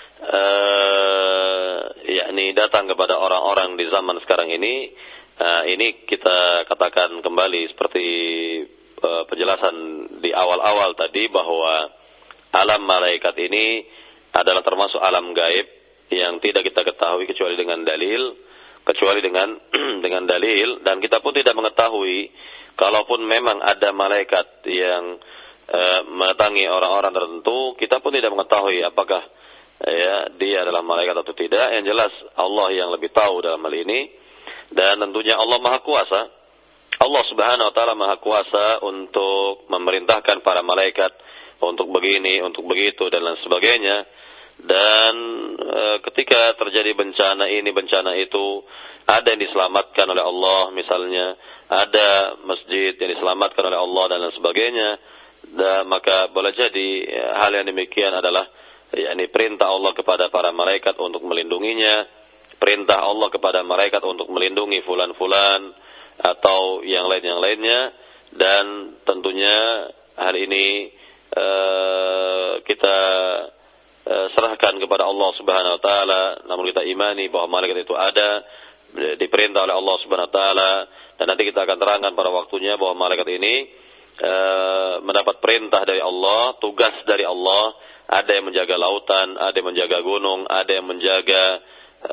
Speaker 1: yakni datang kepada orang-orang di zaman sekarang ini, ini kita katakan kembali seperti penjelasan di awal-awal tadi bahwa alam malaikat ini adalah termasuk alam gaib yang tidak kita ketahui kecuali dengan dalil, dengan dalil, dan kita pun tidak mengetahui kalaupun memang ada malaikat yang mendatangi orang-orang tertentu, kita pun tidak mengetahui apakah dia adalah malaikat atau tidak. Yang jelas Allah yang lebih tahu dalam hal ini. Dan tentunya Allah Maha Kuasa. Allah Subhanahu wa taala Maha Kuasa untuk memerintahkan para malaikat untuk begini, untuk begitu dan lain sebagainya. Dan ketika terjadi bencana ini, bencana itu, ada yang diselamatkan oleh Allah, misalnya ada masjid yang diselamatkan oleh Allah dan lain sebagainya. Dan maka boleh jadi hal yang demikian adalah yakni perintah Allah kepada para malaikat untuk melindunginya, perintah Allah kepada malaikat untuk melindungi fulan-fulan atau yang lainnya. Dan tentunya hal ini kita serahkan kepada Allah Subhanahu wa taala, namun kita imani bahwa malaikat itu ada, diperintah oleh Allah Subhanahu wa taala, dan nanti kita akan terangkan pada waktunya bahwa malaikat ini mendapat perintah dari Allah, tugas dari Allah. Ada yang menjaga lautan, ada yang menjaga gunung, ada yang menjaga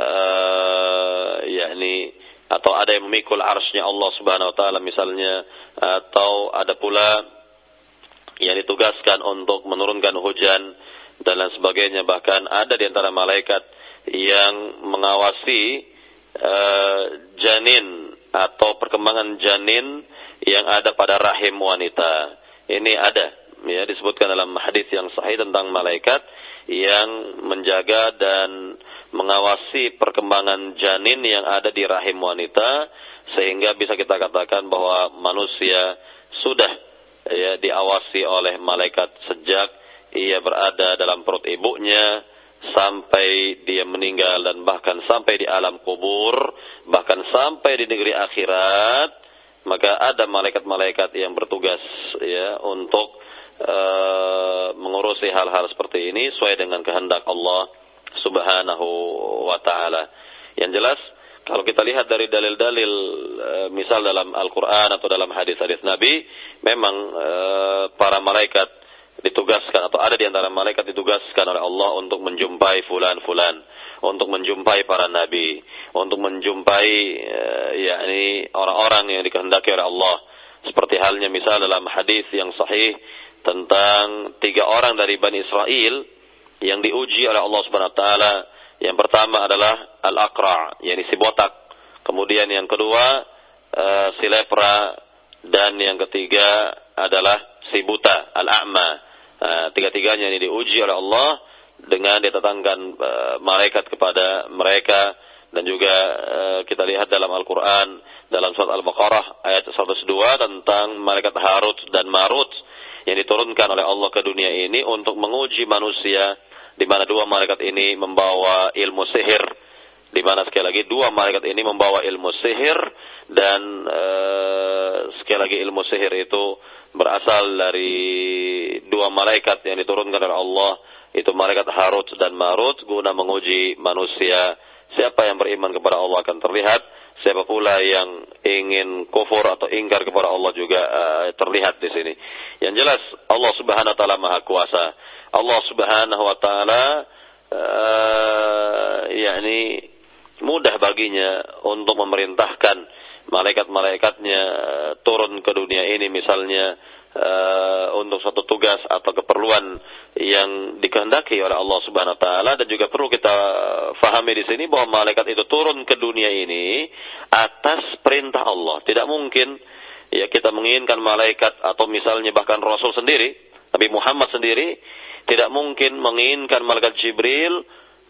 Speaker 1: atau ada yang memikul arsy-Nya Allah Subhanahu wa taala misalnya, atau ada pula yang ditugaskan untuk menurunkan hujan dan lain sebagainya. Bahkan ada di antara malaikat yang mengawasi janin atau perkembangan janin yang ada pada rahim wanita. Ini ada, ya, disebutkan dalam hadis yang sahih tentang malaikat yang menjaga dan mengawasi perkembangan janin yang ada di rahim wanita, sehingga bisa kita katakan bahwa manusia sudah diawasi oleh malaikat sejak ia berada dalam perut ibunya sampai dia meninggal, dan bahkan sampai di alam kubur, bahkan sampai di negeri akhirat. maka ada malaikat-malaikat yang bertugas ya untuk mengurusi hal-hal seperti ini sesuai dengan kehendak Allah Subhanahu wa taala. Yang jelas kalau kita lihat dari dalil-dalil misal dalam Al-Qur'an atau dalam hadis-hadis Nabi, memang para malaikat ditugaskan atau ada di antara malaikat ditugaskan oleh Allah untuk menjumpai fulan-fulan, untuk menjumpai para nabi, untuk menjumpai yakni orang-orang yang dikehendaki oleh Allah. Seperti halnya misal dalam hadis yang sahih tentang 3 orang dari Bani Israel yang diuji oleh Allah Subhanahu wa taala. Yang pertama adalah al-aqra', yakni si botak. Kemudian yang kedua si lepra, dan yang ketiga adalah si buta, al-a'ma. Tiga-tiganya ini diuji oleh Allah dengan didatangkan malaikat kepada mereka. Dan juga kita lihat dalam Al-Quran dalam surat Al-Baqarah ayat 102 tentang malaikat Harut dan Marut yang diturunkan oleh Allah ke dunia ini untuk menguji manusia, di mana 2 malaikat ini membawa ilmu sihir, di mana sekali lagi 2 malaikat ini membawa ilmu sihir, dan sekali lagi ilmu sihir itu berasal dari 2 malaikat yang diturunkan oleh Allah, itu malaikat Harut dan Marut, guna menguji manusia. Siapa yang beriman kepada Allah akan terlihat, siapa pula yang ingin kufur atau ingkar kepada Allah juga terlihat di sini. Yang jelas Allah Subhanahu wa taala Maha Kuasa. Allah Subhanahu wa taala yakni mudah baginya untuk memerintahkan malaikat-malaikatnya turun ke dunia ini misalnya untuk suatu tugas atau keperluan yang dikehendaki oleh Allah Subhanahu wa taala. Dan juga perlu kita fahami di sini bahwa malaikat itu turun ke dunia ini atas perintah Allah. Tidak mungkin ya kita menginginkan malaikat atau misalnya bahkan Rasul sendiri, Nabi Muhammad sendiri, tidak mungkin menginginkan malaikat Jibril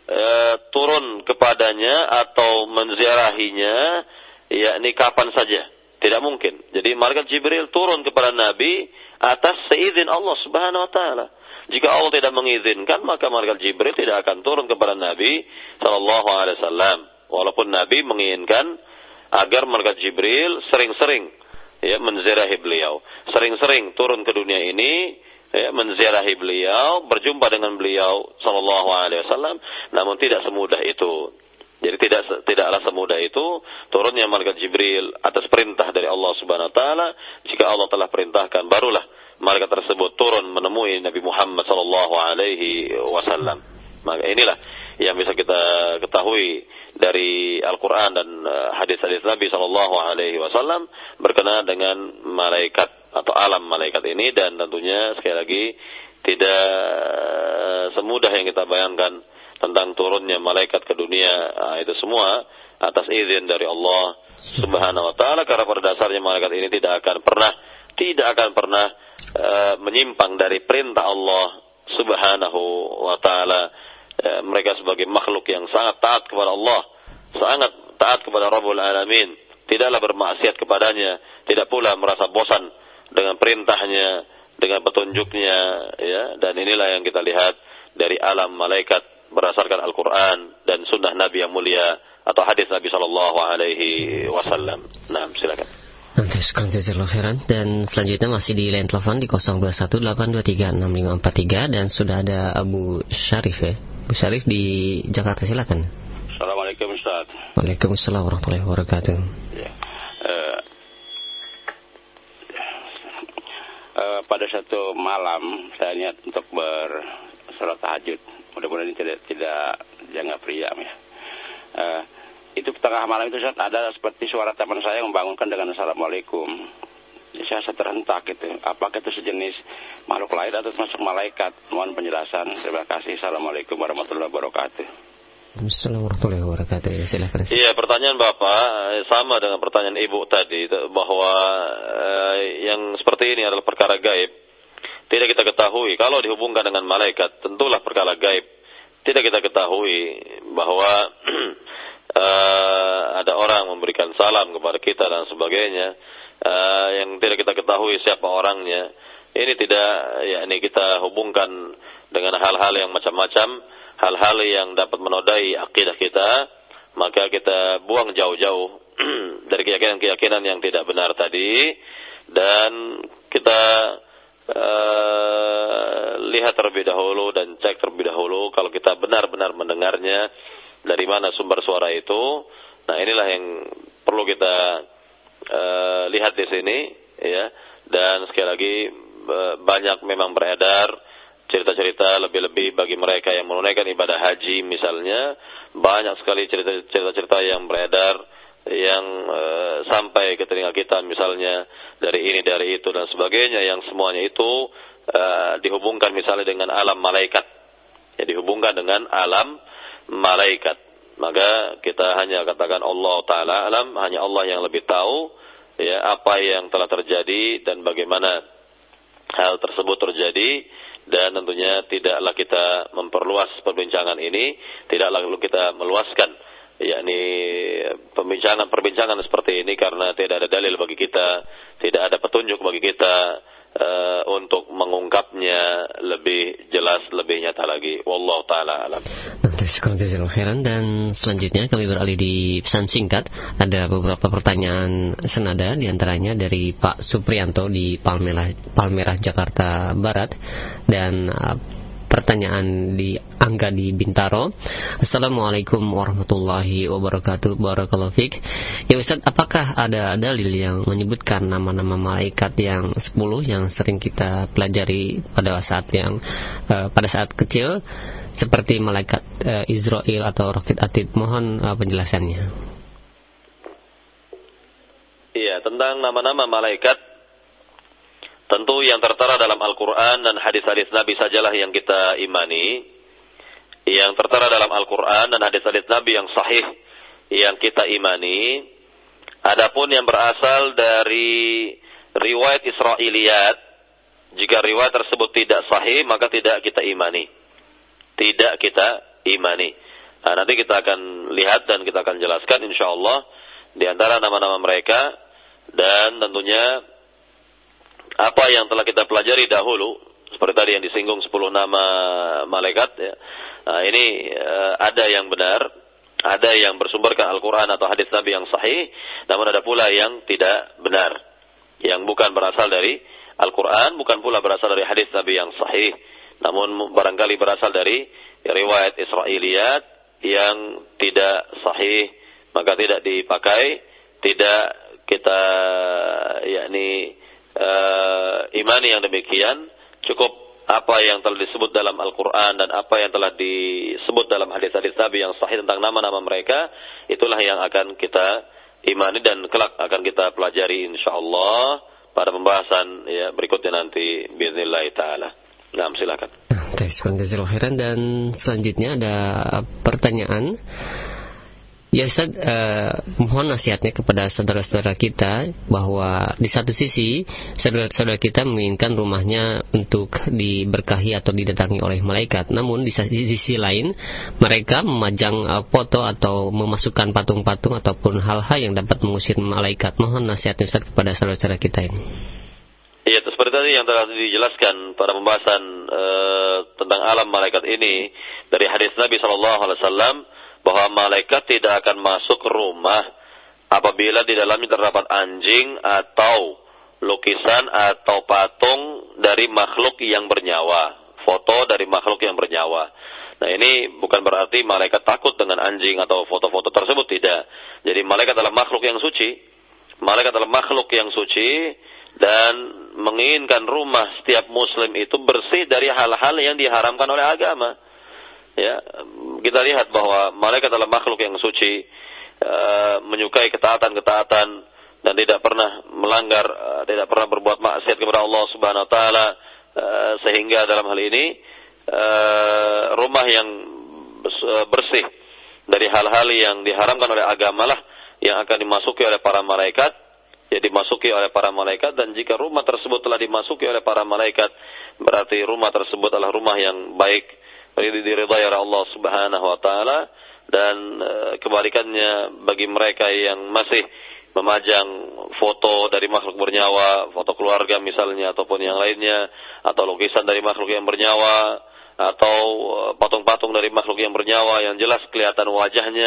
Speaker 1: turun kepadanya atau menziarahinya yakni kapan saja. Tidak mungkin. Jadi malaikat Jibril turun kepada Nabi atas seizin Allah Subhanahu wa taala. Jika Allah tidak mengizinkan, maka malaikat Jibril tidak akan turun kepada Nabi sallallahu alaihi wasallam. Walaupun Nabi menginginkan agar malaikat Jibril sering-sering ya menziarahi beliau, sering-sering turun ke dunia ini ya menziarahi beliau, berjumpa dengan beliau sallallahu alaihi wasallam, namun tidak semudah itu. Jadi tidaklah semudah itu turunnya malaikat Jibril atas perintah dari Allah Subhanahu wa taala. Jika Allah telah perintahkan, barulah malaikat tersebut turun menemui Nabi Muhammad sallallahu alaihi wasallam. Maka inilah yang bisa kita ketahui dari Al-Qur'an dan hadis-hadis Nabi sallallahu alaihi wasallam berkenaan dengan malaikat atau alam malaikat ini. Dan tentunya sekali lagi tidak semudah yang kita bayangkan tentang turunnya malaikat ke dunia. Itu semua atas izin dari Allah Subhanahu wa taala, karena pada dasarnya malaikat ini tidak akan pernah menyimpang dari perintah Allah Subhanahu wa taala. Mereka sebagai makhluk yang sangat taat kepada Allah, sangat taat kepada Rabbul Alamin, tidaklah bermaksiat kepadanya, tidak pula merasa bosan dengan perintahnya, dengan petunjuknya ya. Dan inilah yang kita lihat dari alam malaikat berdasarkan Al-Quran dan sunnah Nabi yang mulia atau hadis Nabi Sallallahu Alaihi Wasallam. Nah, silakan.
Speaker 2: Dan selanjutnya masih di line telepon di 0218236543 dan sudah ada Abu Syarif ya. Abu Syarif di Jakarta, silakan.
Speaker 4: Assalamualaikum Ustaz.
Speaker 2: Waalaikumsalam warahmatullahi wabarakatuh. Ya.
Speaker 4: Pada satu malam saya niat untuk bersalat tahajud. Mudah-mudahan ini tidak jangka priam ya. Itu tengah malam itu ada seperti suara teman saya membangunkan dengan Assalamualaikum. Saya terhentak gitu. Apakah itu sejenis makhluk lain atau termasuk malaikat? Mohon penjelasan. Terima kasih. Assalamualaikum warahmatullahi wabarakatuh.
Speaker 2: Assalamualaikum warahmatullahi wabarakatuh. Silakan.
Speaker 1: Iya, pertanyaan Bapak sama dengan pertanyaan Ibu tadi, bahwa yang seperti ini adalah perkara gaib. Tidak kita ketahui. Kalau dihubungkan dengan malaikat, tentulah perkara gaib. Tidak kita ketahui bahwa ada orang memberikan salam kepada kita dan sebagainya, yang tidak kita ketahui siapa orangnya. Ini tidak, yakni kita hubungkan dengan hal-hal yang macam-macam, hal-hal yang dapat menodai akidah kita, maka kita buang jauh-jauh dari keyakinan-keyakinan yang tidak benar tadi, dan kita lihat terlebih dahulu dan cek terlebih dahulu kalau kita benar-benar mendengarnya dari mana sumber suara itu. Nah, inilah yang perlu kita lihat di sini, ya. Dan sekali lagi banyak memang beredar cerita-cerita, lebih-lebih bagi mereka yang menunaikan ibadah haji misalnya, banyak sekali cerita-cerita yang beredar yang sampai ke telinga kita misalnya dari ini dari itu dan sebagainya, yang semuanya itu dihubungkan misalnya dengan alam malaikat, ya, dihubungkan dengan alam malaikat. Maka kita hanya katakan Allah Ta'ala alam, hanya Allah yang lebih tahu, ya, apa yang telah terjadi dan bagaimana hal tersebut terjadi. Dan tentunya tidaklah kita memperluas perbincangan ini, tidaklah kita meluaskan yakni perbincangan seperti ini, karena tidak ada dalil bagi kita, tidak ada petunjuk bagi kita untuk mengungkapnya lebih jelas, lebih nyata lagi. Wallahu ta'ala alam.
Speaker 2: Dan selanjutnya kami beralih di pesan singkat. Ada beberapa pertanyaan senada, diantaranya dari Pak Suprianto di Palmerah Jakarta Barat, dan pertanyaan di Angga di Bintaro. Assalamualaikum warahmatullahi wabarakatuh. Barakallahu fiik. Ya Ustaz, apakah ada dalil yang menyebutkan nama-nama malaikat yang 10 yang sering kita pelajari pada saat kecil, seperti malaikat Israil atau Raqib Atid? Mohon penjelasannya.
Speaker 1: Iya, tentang nama-nama malaikat, tentu yang tertera dalam Al-Quran dan hadis-hadis Nabi sajalah yang kita imani. Yang tertera dalam Al-Quran dan hadis-hadis Nabi yang sahih yang kita imani. Adapun yang berasal dari riwayat Israiliyat, jika riwayat tersebut tidak sahih, maka tidak kita imani. Tidak kita imani. Nah, nanti kita akan lihat dan kita akan jelaskan insyaallah di antara nama-nama mereka, dan tentunya apa yang telah kita pelajari dahulu, seperti tadi yang disinggung 10 nama malaikat, ya. Nah, ini ada yang benar, ada yang bersumberkan Al-Quran atau hadis Nabi yang sahih, namun ada pula yang tidak benar, yang bukan berasal dari Al-Quran, bukan pula berasal dari hadis Nabi yang sahih, namun barangkali berasal dari riwayat Israiliyat yang tidak sahih, maka tidak dipakai, tidak kita yakni imani yang demikian. Cukup apa yang telah disebut dalam Al-Quran dan apa yang telah disebut dalam hadis-hadis Nabi yang sahih tentang nama-nama mereka, itulah yang akan kita imani dan kelak akan kita pelajari insyaallah pada pembahasan ya berikutnya nanti biiznillah taala. Nah, silakan.
Speaker 2: Dan selanjutnya ada pertanyaan. Ya Ustaz, mohon nasihatnya kepada saudara-saudara kita bahwa di satu sisi saudara-saudara kita menginginkan rumahnya untuk diberkahi atau didatangi oleh malaikat, namun di sisi lain mereka memajang foto atau memasukkan patung-patung ataupun hal-hal yang dapat mengusir malaikat. Mohon nasihatnya Ustaz kepada saudara-saudara kita ini.
Speaker 1: Iya, seperti tadi yang telah dijelaskan pada pembahasan tentang alam malaikat ini dari hadis Nabi SAW, bahwa malaikat tidak akan masuk rumah apabila di dalamnya terdapat anjing atau lukisan atau patung dari makhluk yang bernyawa, foto dari makhluk yang bernyawa. Nah, ini bukan berarti malaikat takut dengan anjing atau foto-foto tersebut, tidak. Jadi malaikat adalah makhluk yang suci. Malaikat adalah makhluk yang suci dan menginginkan rumah setiap muslim itu bersih dari hal-hal yang diharamkan oleh agama. Ya, kita lihat bahwa malaikat adalah makhluk yang suci, menyukai ketaatan-ketaatan dan tidak pernah melanggar, tidak pernah berbuat maksiat kepada Allah Subhanahu wa taala, sehingga dalam hal ini rumah yang bersih dari hal-hal yang diharamkan oleh agama lah yang akan dimasuki oleh para malaikat, ya dimasuki oleh para malaikat. Dan jika rumah tersebut telah dimasuki oleh para malaikat, berarti rumah tersebut adalah rumah yang baik, diridhai oleh Allah Subhanahu wa taala. Dan kebalikannya bagi mereka yang masih memajang foto dari makhluk bernyawa, foto keluarga misalnya ataupun yang lainnya, atau lukisan dari makhluk yang bernyawa, atau patung-patung dari makhluk yang bernyawa yang jelas kelihatan wajahnya,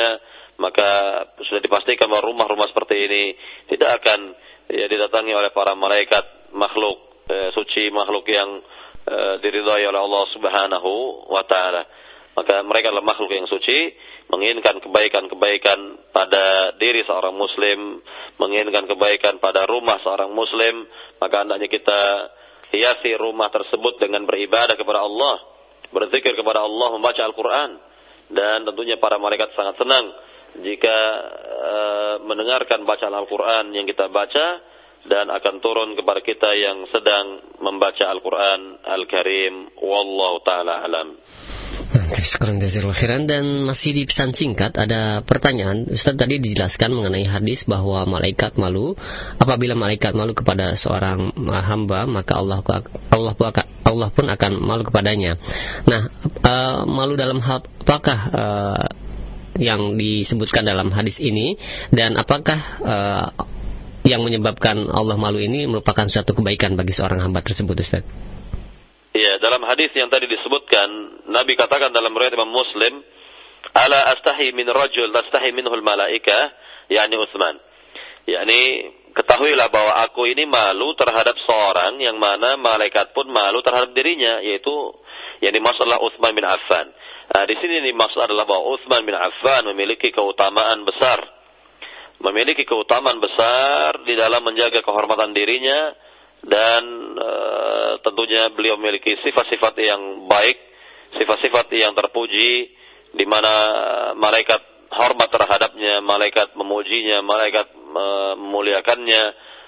Speaker 1: maka sudah dipastikan bahwa rumah-rumah seperti ini tidak akan didatangi oleh para malaikat makhluk suci, makhluk yang diridhai oleh Allah Subhanahu wa taala. Maka mereka adalah makhluk yang suci, menginginkan kebaikan-kebaikan pada diri seorang muslim, menginginkan kebaikan pada rumah seorang muslim, maka hendaknya kita hiasi rumah tersebut dengan beribadah kepada Allah, berzikir kepada Allah, membaca Al-Quran. Dan tentunya para malaikat sangat senang jika mendengarkan bacaan Al-Quran yang kita baca, dan akan turun kepada kita yang sedang membaca Al-Quran Al-Karim. Wallahu ta'ala alam.
Speaker 2: Sekarang jazakallahu khairan. Dan masih di pesan singkat ada pertanyaan. Ustaz tadi dijelaskan mengenai hadis bahwa malaikat malu. Apabila malaikat malu kepada seorang hamba, maka Allah pun akan malu kepadanya. Nah, malu dalam hal apakah yang disebutkan dalam hadis ini, dan apakah yang menyebabkan Allah malu ini merupakan suatu kebaikan bagi seorang hamba tersebut, Ustaz?
Speaker 1: Ya, dalam hadis yang tadi disebutkan, Nabi katakan dalam riwayat Imam Muslim, "Ala astahi min rajul tastahi minhul malaika," yakni Utsman. Yakni ketahuilah bahwa aku ini malu terhadap seorang yang mana malaikat pun malu terhadap dirinya, yaitu yakni masalah Utsman bin Affan. Nah, di sini dimaksud adalah bahwa Utsman bin Affan memiliki keutamaan besar. Memiliki keutamaan besar di dalam menjaga kehormatan dirinya, dan tentunya beliau memiliki sifat-sifat yang baik, sifat-sifat yang terpuji, di mana malaikat hormat terhadapnya, malaikat memujinya, malaikat memuliakannya.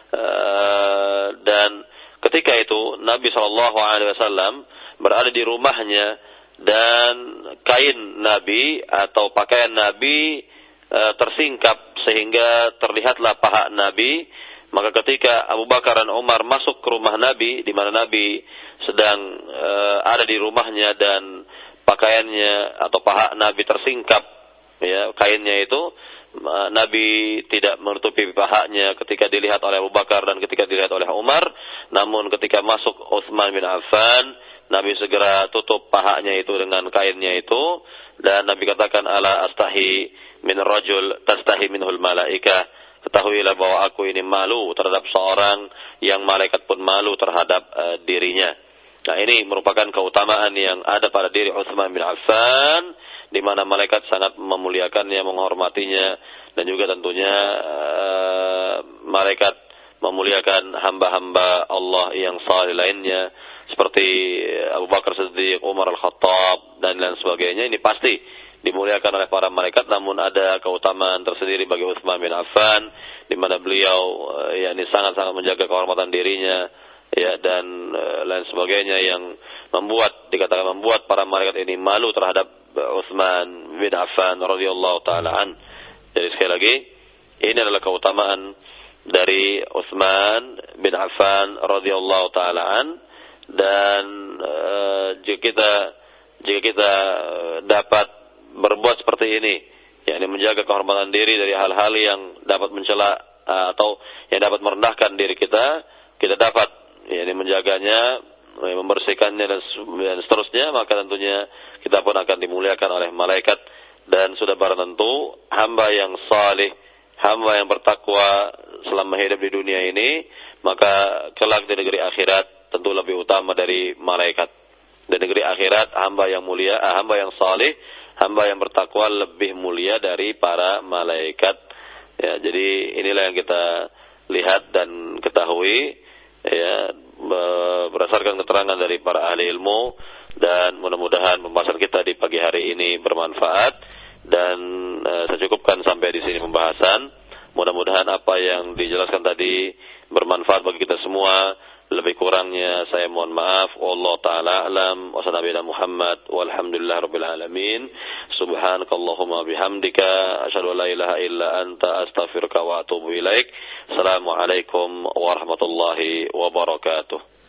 Speaker 1: Dan ketika itu Nabi SAW berada di rumahnya, dan kain Nabi atau pakaian Nabi tersingkap sehingga terlihatlah paha Nabi. Maka ketika Abu Bakar dan Umar masuk ke rumah Nabi, di mana Nabi sedang ada di rumahnya dan pakaiannya atau paha Nabi tersingkap, ya, kainnya itu, Nabi tidak menutupi pahanya ketika dilihat oleh Abu Bakar dan ketika dilihat oleh Umar. Namun ketika masuk Utsman bin Affan, Nabi segera tutup pahanya itu dengan kainnya itu, dan Nabi katakan, "Ala astahi min rajul tastahi minhul malaika." Ketahuilah bahwa aku ini malu terhadap seorang yang malaikat pun malu terhadap dirinya. Nah, ini merupakan keutamaan yang ada pada diri Utsman bin Affan, di mana malaikat sangat memuliakannya, menghormatinya, dan juga tentunya malaikat memuliakan hamba-hamba Allah yang saleh lainnya, seperti Abu Bakar Siddiq, Umar Al-Khattab, dan lain sebagainya. Ini pasti dimuliakan oleh para malaikat. Namun ada keutamaan tersendiri bagi Utsman bin Affan, di mana beliau yakni sangat-sangat menjaga kehormatan dirinya, ya, dan lain sebagainya, yang dikatakan membuat para malaikat ini malu terhadap Utsman bin Affan radhiyallahu taala an. Jadi sekali lagi, ini adalah keutamaan dari Utsman bin Affan radhiyallahu taala an. Dan jika kita dapat berbuat seperti ini, yakni menjaga kehormatan diri dari hal-hal yang dapat mencela atau yang dapat merendahkan diri kita dapat yakni menjaganya, membersihkannya, dan seterusnya, maka tentunya kita pun akan dimuliakan oleh malaikat. Dan sudah barang tentu hamba yang saleh, hamba yang bertakwa selama hidup di dunia ini, maka kelak di negeri akhirat tentu lebih utama dari malaikat. Di negeri akhirat hamba yang mulia, hamba yang saleh, hamba yang bertakwa lebih mulia dari para malaikat. Ya, jadi inilah yang kita lihat dan ketahui, ya, berdasarkan keterangan dari para ahli ilmu. Dan mudah-mudahan pembahasan kita di pagi hari ini bermanfaat. Dan saya cukupkan sampai di sini pembahasan. Mudah-mudahan apa yang dijelaskan tadi bermanfaat bagi kita semua. Lebih kurangnya saya mohon maaf. Wallahu ta'ala a'lam. Wa sallallahu Muhammad walhamdulillah rabbil alamin. Subhanakallahumma bihamdika asyhadu an la ilaha illa anta astaghfiruka wa atubu ilaik. Assalamualaikum warahmatullahi wabarakatuh.